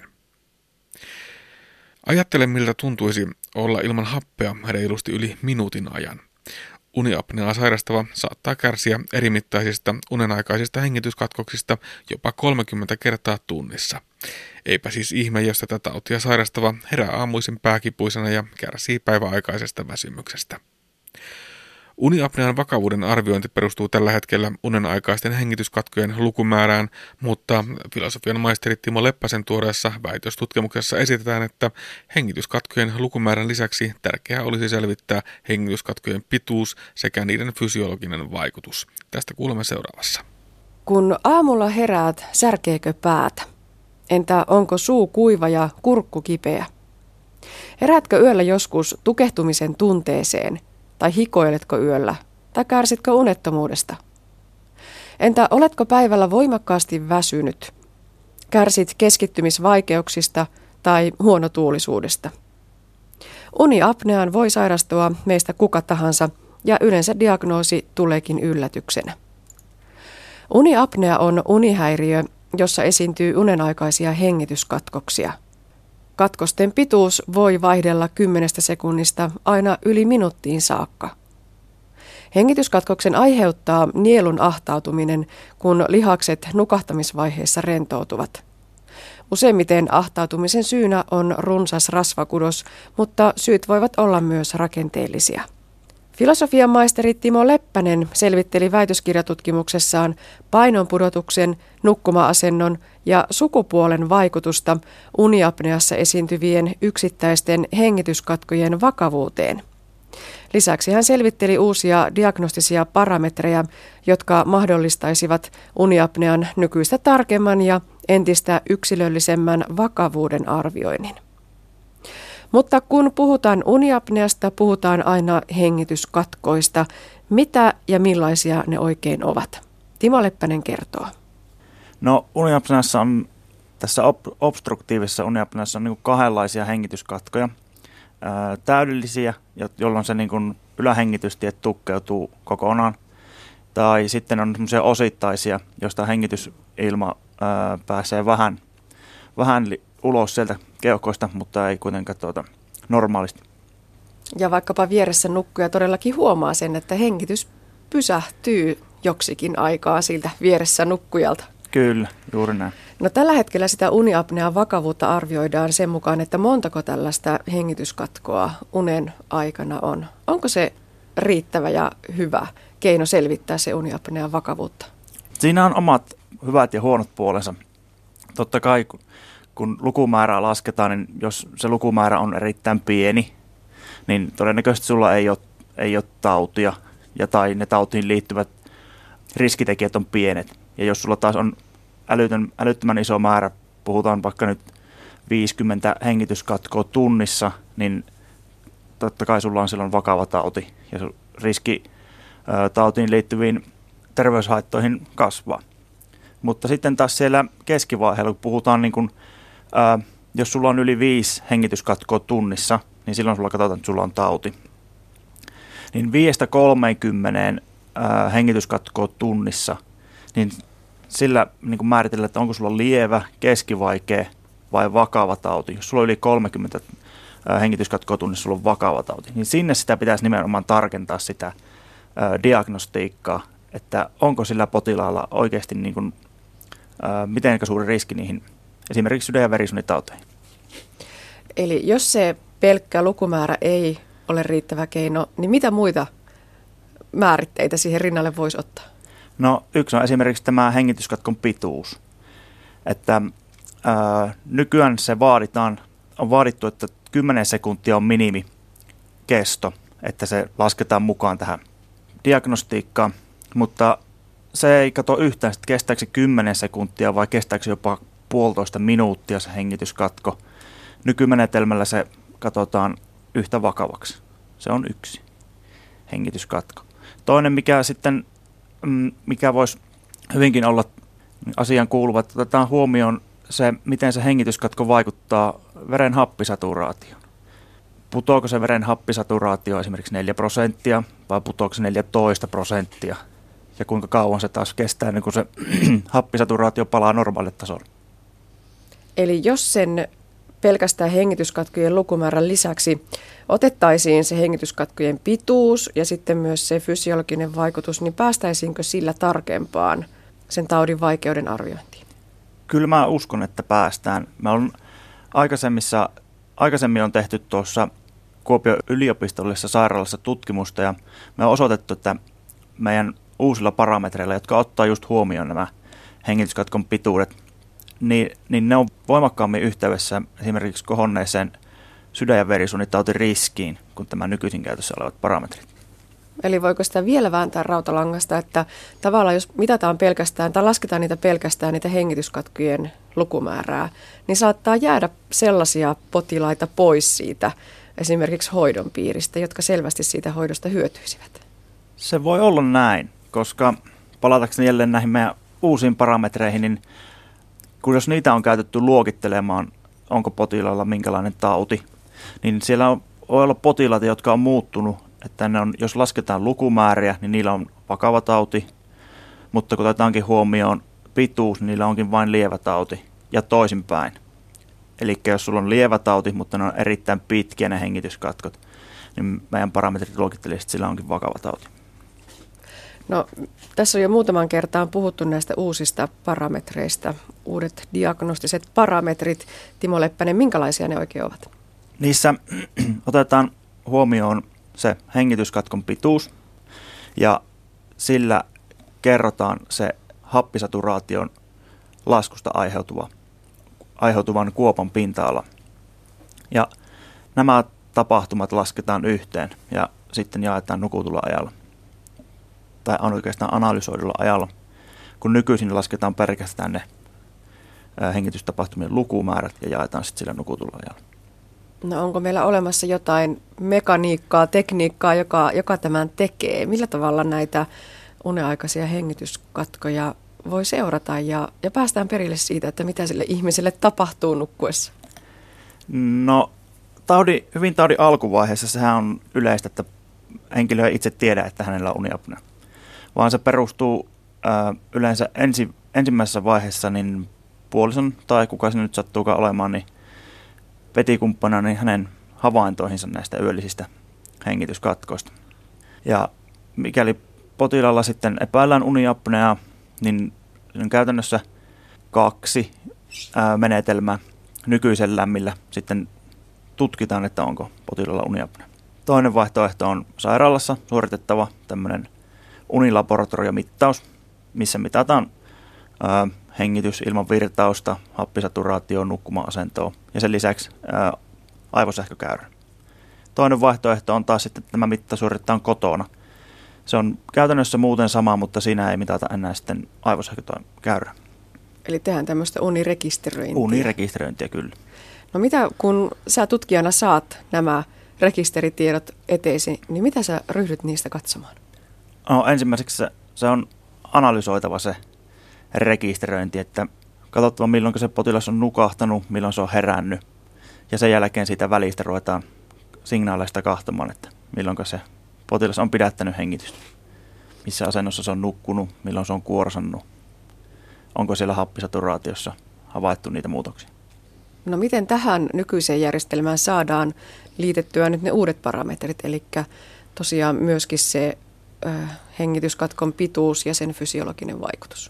Ajattele, miltä tuntuisi olla ilman happea reilusti yli minuutin ajan. Uniapneaa sairastava saattaa kärsiä erimittaisista unenaikaisista hengityskatkoksista jopa kolmekymmentä kertaa tunnissa. Eipä siis ihme, jos tätä tautia sairastava herää aamuisin pääkipuisena ja kärsii päiväaikaisesta väsymyksestä. Uniapnean vakavuuden arviointi perustuu tällä hetkellä unenaikaisten hengityskatkojen lukumäärään, mutta filosofian maisteri Timo Leppäsen tuoreessa väitöstutkimuksessa esitetään, että hengityskatkojen lukumäärän lisäksi tärkeää olisi selvittää hengityskatkojen pituus sekä niiden fysiologinen vaikutus. Tästä kuulemme seuraavassa. Kun aamulla heräät, särkeekö päätä? Entä onko suu kuiva ja kurkku kipeä? Heräätkö yöllä joskus tukehtumisen tunteeseen? Tai hikoiletko yöllä? Tai kärsitkö unettomuudesta? Entä oletko päivällä voimakkaasti väsynyt? Kärsit keskittymisvaikeuksista tai huonotuulisuudesta? Uniapneaan voi sairastua meistä kuka tahansa ja yleensä diagnoosi tuleekin yllätyksenä. Uniapnea on unihäiriö, jossa esiintyy unenaikaisia hengityskatkoksia. Katkosten pituus voi vaihdella kymmenestä sekunnista aina yli minuuttiin saakka. Hengityskatkoksen aiheuttaa nielun ahtautuminen, kun lihakset nukahtamisvaiheessa rentoutuvat. Useimmiten ahtautumisen syynä on runsas rasvakudos, mutta syyt voivat olla myös rakenteellisia. Filosofian maisteri Timo Leppänen selvitteli väitöskirjatutkimuksessaan painonpudotuksen, nukkuma-asennon ja sukupuolen vaikutusta uniapneassa esiintyvien yksittäisten hengityskatkojen vakavuuteen. Lisäksi hän selvitteli uusia diagnostisia parametreja, jotka mahdollistaisivat uniapnean nykyistä tarkemman ja entistä yksilöllisemmän vakavuuden arvioinnin. Mutta kun puhutaan uniapneasta, puhutaan aina hengityskatkoista. Mitä ja millaisia ne oikein ovat? Timo Leppänen kertoo. No uniapneassa on, tässä ob- obstruktiivisessa uniapneassa on niin kuin kahdenlaisia hengityskatkoja. Ää, täydellisiä, jolloin se niin kuin ylähengitystiet tukkeutuu kokonaan. Tai sitten on semmoisia osittaisia, joista hengitysilma ää, pääsee vähän, vähän li- ulos sieltä keuhkoista, mutta ei kuitenkaan tuota normaalisti. Ja vaikkapa vieressä nukkuja todellakin huomaa sen, että hengitys pysähtyy joksikin aikaa siltä vieressä nukkujalta. Kyllä, juuri näin. No tällä hetkellä sitä uniapnean vakavuutta arvioidaan sen mukaan, että montako tällaista hengityskatkoa unen aikana on. Onko se riittävä ja hyvä keino selvittää se uniapnean vakavuutta? Siinä on omat hyvät ja huonot puolensa. Totta kai kun lukumäärää lasketaan, niin jos se lukumäärä on erittäin pieni, niin todennäköisesti sulla ei ole, ei ole tautia ja tai ne tautiin liittyvät riskitekijät on pienet. Ja jos sulla taas on älytön, älyttömän iso määrä, puhutaan vaikka nyt viisikymmentä hengityskatkoa tunnissa, niin totta kai sulla on silloin vakava tauti ja riski ä, tautiin liittyviin terveyshaittoihin kasvaa. Mutta sitten taas siellä keskivaiheella, kun puhutaan, niin kun, ää, jos sulla on yli viisi hengityskatkoa tunnissa, niin silloin sulla katsotaan, että sulla on tauti. Niin viidestä kolmeenkymmeneen ää, hengityskatkoa tunnissa, niin sillä niin kun määritellään, että onko sulla lievä, keskivaikea vai vakava tauti. Jos sulla on yli kolmekymmentä ää, hengityskatkoa tunnissa, sulla on vakava tauti. Niin sinne sitä pitäisi nimenomaan tarkentaa sitä ää, diagnostiikkaa, että onko sillä potilaalla oikeasti niin kuin, ää, miten suuri riski niihin esimerkiksi sydän- ja verisuonitauteihin. Eli jos se pelkkä lukumäärä ei ole riittävä keino, niin mitä muita määritteitä siihen rinnalle voisi ottaa? No yksi on esimerkiksi tämä hengityskatkon pituus. Että ää, nykyään se vaaditaan, on vaadittu, että kymmenen sekuntia on minimikesto, että se lasketaan mukaan tähän diagnostiikkaan. Mutta se ei kato yhtään, että kestääkö se kymmenen sekuntia vai kestääkö se jopa puolitoista minuuttia se hengityskatko. Nykymenetelmällä se katsotaan yhtä vakavaksi. Se on yksi hengityskatko. Toinen, mikä sitten, mikä voisi hyvinkin olla asian kuuluva, että otetaan huomioon se, miten se hengityskatko vaikuttaa veren happisaturaatioon. Putoako se veren happisaturaatio esimerkiksi neljä prosenttia vai putoako se neljätoista prosenttia? Ja kuinka kauan se taas kestää, niin kun se happisaturaatio palaa normaalille tasolle. Eli jos sen pelkästään hengityskatkojen lukumäärän lisäksi otettaisiin se hengityskatkojen pituus ja sitten myös se fysiologinen vaikutus, niin päästäisiinkö sillä tarkempaan sen taudin vaikeuden arviointiin? Kyllä mä uskon, että päästään. Mä olen aikaisemmissa, aikaisemmin on tehty tuossa Kuopion yliopistollisessa sairaalassa tutkimusta ja me on osoitettu, että meidän uusilla parametreilla, jotka ottaa just huomioon nämä hengityskatkon pituudet, niin, niin ne on voimakkaammin yhteydessä esimerkiksi kohonneeseen sydän- ja verisuonitautiriskiin kuin tämä nykyisin käytössä olevat parametrit. Eli voiko sitä vielä vääntää rautalangasta, että tavallaan jos mitataan pelkästään tai lasketaan niitä pelkästään niitä hengityskatkojen lukumäärää, niin saattaa jäädä sellaisia potilaita pois siitä esimerkiksi hoidon piiristä, jotka selvästi siitä hoidosta hyötyisivät. Se voi olla näin, koska palatakseni jälleen näihin meidän uusiin parametreihin, niin kun jos niitä on käytetty luokittelemaan, onko potilaalla minkälainen tauti, niin siellä on, voi olla potilaita, jotka on muuttunut, että ne on, jos lasketaan lukumääriä, niin niillä on vakava tauti, mutta kun otetaankin huomioon pituus, niin niillä onkin vain lievä tauti ja toisinpäin. Eli jos sulla on lievä tauti, mutta ne on erittäin pitkiä ne hengityskatkot, niin meidän parametrit luokittelisivat, että sillä onkin vakava tauti. No, tässä on jo muutaman kertaan puhuttu näistä uusista parametreista, uudet diagnostiset parametrit. Timo Leppänen, minkälaisia ne oikein ovat? Niissä otetaan huomioon se hengityskatkon pituus ja sillä kerrotaan se happisaturaation laskusta aiheutuva, aiheutuvan kuopan pinta-ala. Ja nämä tapahtumat lasketaan yhteen ja sitten jaetaan nukutulla ajalla. Tai oikeastaan analysoidulla ajalla, kun nykyisin lasketaan pelkästään ne hengitystapahtumien lukumäärät ja jaetaan sitten sillä nukutulla ajalla. No onko meillä olemassa jotain mekaniikkaa, tekniikkaa, joka, joka tämän tekee? Millä tavalla näitä uneaikaisia hengityskatkoja voi seurata ja, ja päästään perille siitä, että mitä sille ihmiselle tapahtuu nukkuessa? No taudi, hyvin taudin alkuvaiheessa sehän on yleistä, että henkilö ei itse tiedä, että hänellä on uniapnea, vaan se perustuu ää, yleensä ensi, ensimmäisessä vaiheessa niin puolison tai kuka se nyt sattuukaan olemaan, niin petikumppana niin hänen havaintoihinsa näistä yöllisistä hengityskatkoista. Ja mikäli potilaalla sitten epäillään uniapneaa, niin on käytännössä kaksi ää, menetelmää nykyisellään, millä sitten tutkitaan, että onko potilaalla uniapnea. Toinen vaihtoehto on sairaalassa suoritettava tämmöinen unilaboratoriomittaus, missä mitataan ää, hengitys ilman virtausta, happisaturaatio, nukkuma-asentoa ja sen lisäksi ää, aivosähkökäyrä. Toinen vaihtoehto on taas sitten, että tämä mitta suoritetaan kotona. Se on käytännössä muuten sama, mutta siinä ei mitata enää sitten aivosähkökäyrää. Eli tehdään tämmöistä unirekisteröintiä. Unirekisteröintiä, kyllä. No mitä, kun sä tutkijana saat nämä rekisteritiedot eteesi, niin mitä sä ryhdyt niistä katsomaan? No, ensimmäiseksi se, se on analysoitava se rekisteröinti, että katsottava milloin se potilas on nukahtanut, milloin se on herännyt. Ja sen jälkeen siitä välistä ruvetaan signaaleista kahtomaan, että milloin se potilas on pidättänyt hengitystä. Missä asennossa se on nukkunut, milloin se on kuorsannut. Onko siellä happisaturaatiossa havaittu niitä muutoksia? No miten tähän nykyiseen järjestelmään saadaan liitettyä nyt ne uudet parametrit, eli tosiaan myöskin se ö, hengityskatkon pituus ja sen fysiologinen vaikutus?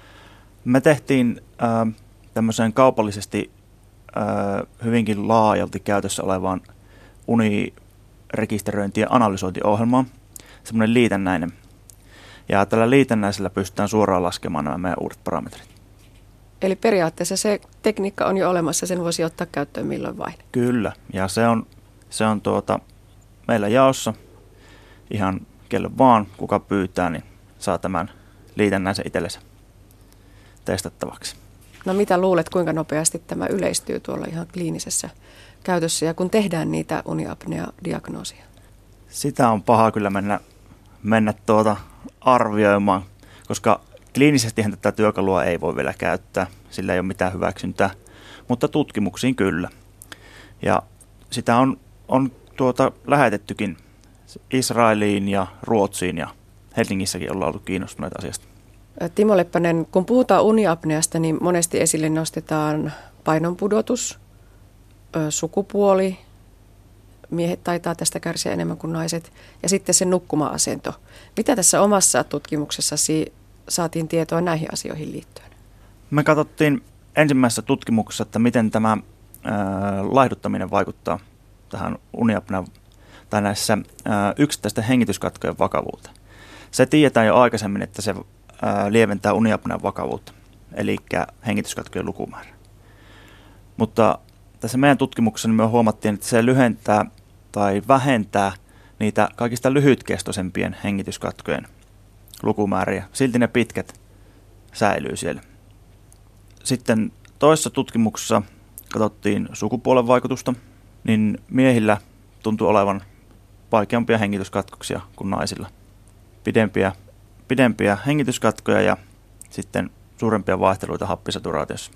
Me tehtiin äh, tämmöiseen kaupallisesti äh, hyvinkin laajalti käytössä olevaan unirekisteröinti- ja analysointiohjelmaan semmoinen liitännäinen. Ja tällä liitännäisellä pystytään suoraan laskemaan nämä meidän uudet parametrit. Eli periaatteessa se tekniikka on jo olemassa, sen voisi ottaa käyttöön milloin vain. Kyllä, ja se on, se on tuota, meillä jaossa ihan kelle vaan, kuka pyytää, niin saa tämän liitännäisen itsellensä testattavaksi. No mitä luulet, kuinka nopeasti tämä yleistyy tuolla ihan kliinisessä käytössä ja kun tehdään niitä uniapnea-diagnoosia? Sitä on paha kyllä mennä, mennä tuota arvioimaan, koska kliinisestihän tätä työkalua ei voi vielä käyttää, sillä ei ole mitään hyväksyntää, mutta tutkimuksiin kyllä. Ja sitä on, on tuota lähetettykin Israeliin ja Ruotsiin ja Helsingissäkin ollaan ollut kiinnostuneita asiasta. Timo Leppänen, kun puhutaan uniapneasta, niin monesti esille nostetaan painonpudotus, sukupuoli, miehet taitaa tästä kärsiä enemmän kuin naiset. Ja sitten se nukkuma-asento. Mitä tässä omassa tutkimuksessasi saatiin tietoa näihin asioihin liittyen? Me katsottiin ensimmäisessä tutkimuksessa, että miten tämä ää, laihduttaminen vaikuttaa tähän uniapnean tai näissä ää, yksittäisten hengityskatkojen vakavuuteen. Se tiedetään jo aikaisemmin, että se ää, lieventää uniapnean vakavuutta, eli hengityskatkojen lukumäärä. Mutta tässä meidän tutkimuksessa me huomattiin, että se lyhentää tai vähentää niitä kaikista lyhytkestoisempien hengityskatkojen lukumääriä. Silti ne pitkät säilyy siellä. Sitten toisessa tutkimuksessa katsottiin sukupuolen vaikutusta, niin miehillä tuntui olevan vaikeampia hengityskatkoksia kuin naisilla. Pidempiä, pidempiä hengityskatkoja ja sitten suurempia vaihteluita happisaturaatiossa.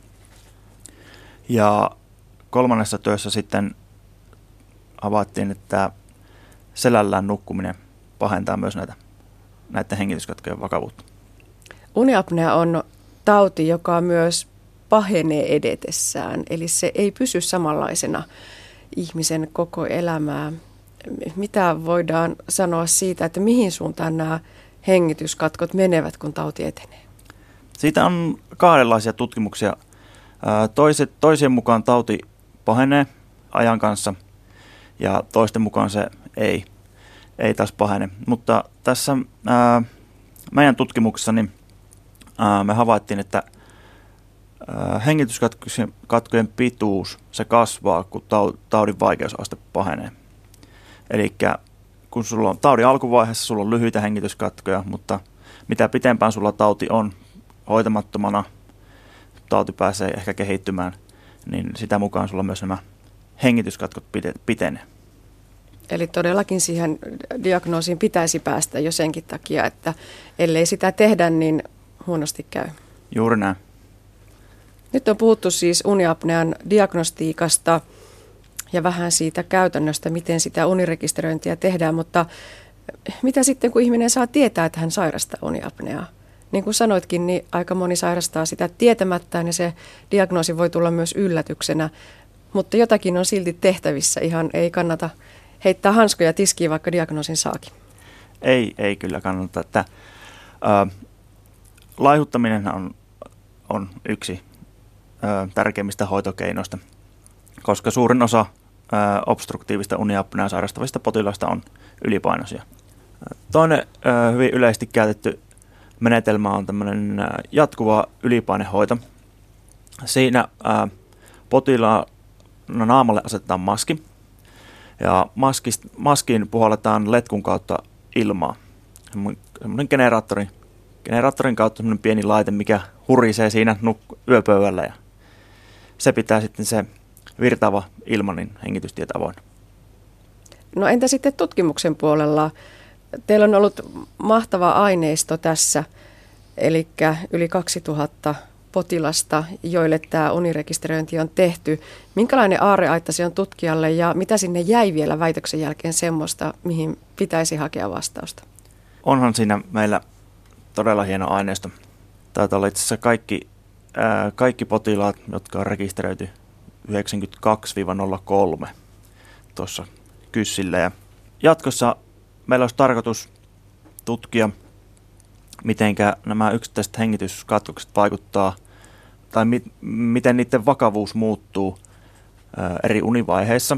Ja kolmannessa työssä sitten havaittiin, että selällään nukkuminen pahentaa myös näitä, näiden hengityskatkojen vakavuutta. Uniapnea on tauti, joka myös pahenee edetessään, eli se ei pysy samanlaisena ihmisen koko elämää. Mitä voidaan sanoa siitä, että mihin suuntaan nämä hengityskatkot menevät, kun tauti etenee? Siitä on kahdenlaisia tutkimuksia. Toiset, toisien mukaan tauti pahenee ajan kanssa ja toisten mukaan se ei, ei taas pahene. Mutta tässä ää, meidän tutkimuksessa niin, ää, me havaittiin, että ää, hengityskatkojen pituus se kasvaa, kun taudin vaikeusaste pahenee. Eli kun sulla on taudin alkuvaiheessa, sulla on lyhyitä hengityskatkoja, mutta mitä pitempään sulla tauti on hoitamattomana, tauti pääsee ehkä kehittymään, niin sitä mukaan sulla myös nämä hengityskatkot pitenee. Eli todellakin siihen diagnoosiin pitäisi päästä jo senkin takia, että ellei sitä tehdä, niin huonosti käy. Juuri näin. Nyt on puhuttu siis uniapnean diagnostiikasta ja vähän siitä käytännöstä, miten sitä unirekisteröintiä tehdään, mutta mitä sitten, kun ihminen saa tietää, että hän sairastaa uniapneaa? Niin kuin sanoitkin, niin aika moni sairastaa sitä tietämättään ja se diagnoosi voi tulla myös yllätyksenä, mutta jotakin on silti tehtävissä. Ihan ei kannata heittää hanskoja tiskiin, vaikka diagnoosin saakin. Ei, ei kyllä kannata. Että, ä, laihuttaminen on, on yksi ä, tärkeimmistä hoitokeinoista, koska suurin osa ä, obstruktiivista uniapneaa sairastavista potilaista on ylipainoisia. Toinen ä, hyvin yleisesti käytetty menetelmä on tämmöinen jatkuva ylipainehoito. Siinä ää, potilaan naamalle asetetaan maski ja maskist, maskiin puhalletaan letkun kautta ilmaa. Semmoinen generaattori, generaattorin kautta semmoinen pieni laite, mikä hurisee siinä nuk- yöpöydällä ja se pitää sitten se virtaava ilma, niin hengitystiet avoinna. No entä sitten tutkimuksen puolella? Teillä on ollut mahtava aineisto tässä, eli yli kaksituhatta potilasta, joille tämä unirekisteröinti on tehty. Minkälainen aarreaitta se on tutkijalle ja mitä sinne jäi vielä väitöksen jälkeen semmoista, mihin pitäisi hakea vastausta? Onhan siinä meillä todella hieno aineisto. Taitaa olla itse asiassa kaikki, ää, kaikki potilaat, jotka on rekisteröity yhdeksänkymmentäkaksi nolla kolme tuossa kyssillä. Ja jatkossa meillä olisi tarkoitus tutkia, miten nämä yksittäiset hengityskatkokset vaikuttaa tai mi- miten niiden vakavuus muuttuu ää, eri univaiheissa.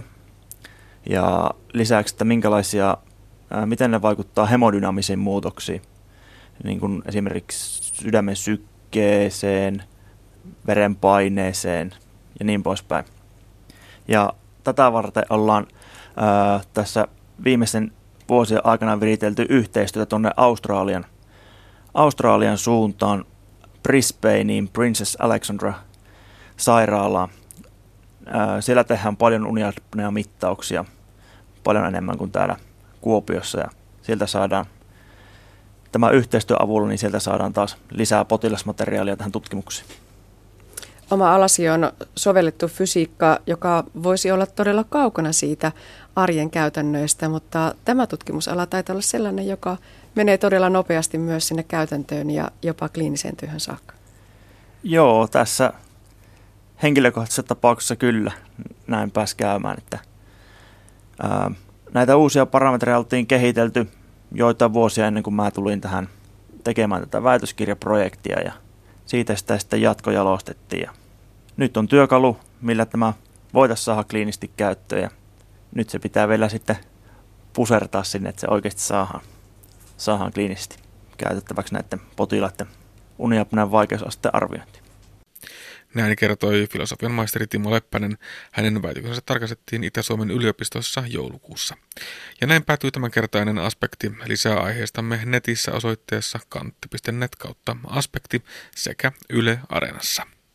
Ja lisäksi, että minkälaisia, ää, miten ne vaikuttaa hemodynamisiin muutoksiin, niin kuin esimerkiksi sydämen sykkeeseen, verenpaineeseen ja niin poispäin. Ja tätä varten ollaan ää, tässä viimeisen vuosien aikana viritelty yhteistyötä tuonne Australian, Australian suuntaan Brisbaneen Princess Alexandra sairaalaan. Ää, siellä tehdään paljon uniapnea-mittauksia, paljon enemmän kuin täällä Kuopiossa ja sieltä saadaan tämän yhteistyön avulla, niin sieltä saadaan taas lisää potilasmateriaalia tähän tutkimukseen. Oma alasi on sovellettu fysiikka, joka voisi olla todella kaukana siitä arjen käytännöistä, mutta tämä tutkimusala taitaa olla sellainen, joka menee todella nopeasti myös sinne käytäntöön ja jopa kliiniseen työhön saakka. Joo, tässä henkilökohtaisessa tapauksessa kyllä näin pääsi käymään, että Ää, näitä uusia parametreja oltiin kehitelty joitain vuosia ennen kuin mä tulin tähän tekemään tätä väitöskirjaprojektia ja siitä sitä sitten jatkojalostettiin. Ja nyt on työkalu, millä tämä voitaisiin saada kliinisesti käyttöön ja nyt se pitää vielä sitten pusertaa sinne, että se oikeasti saadaan, saadaan kliinisesti käytettäväksi näiden potilaiden uniapnean vaikeusasteen arviointiin. Näin kertoi filosofian maisteri Timo Leppänen. Hänen väitöksensä tarkastettiin Itä-Suomen yliopistossa joulukuussa. Ja näin päätyy tämänkertainen Aspekti. Lisää aiheestamme netissä osoitteessa kantti piste net kautta aspekti sekä Yle Areenassa.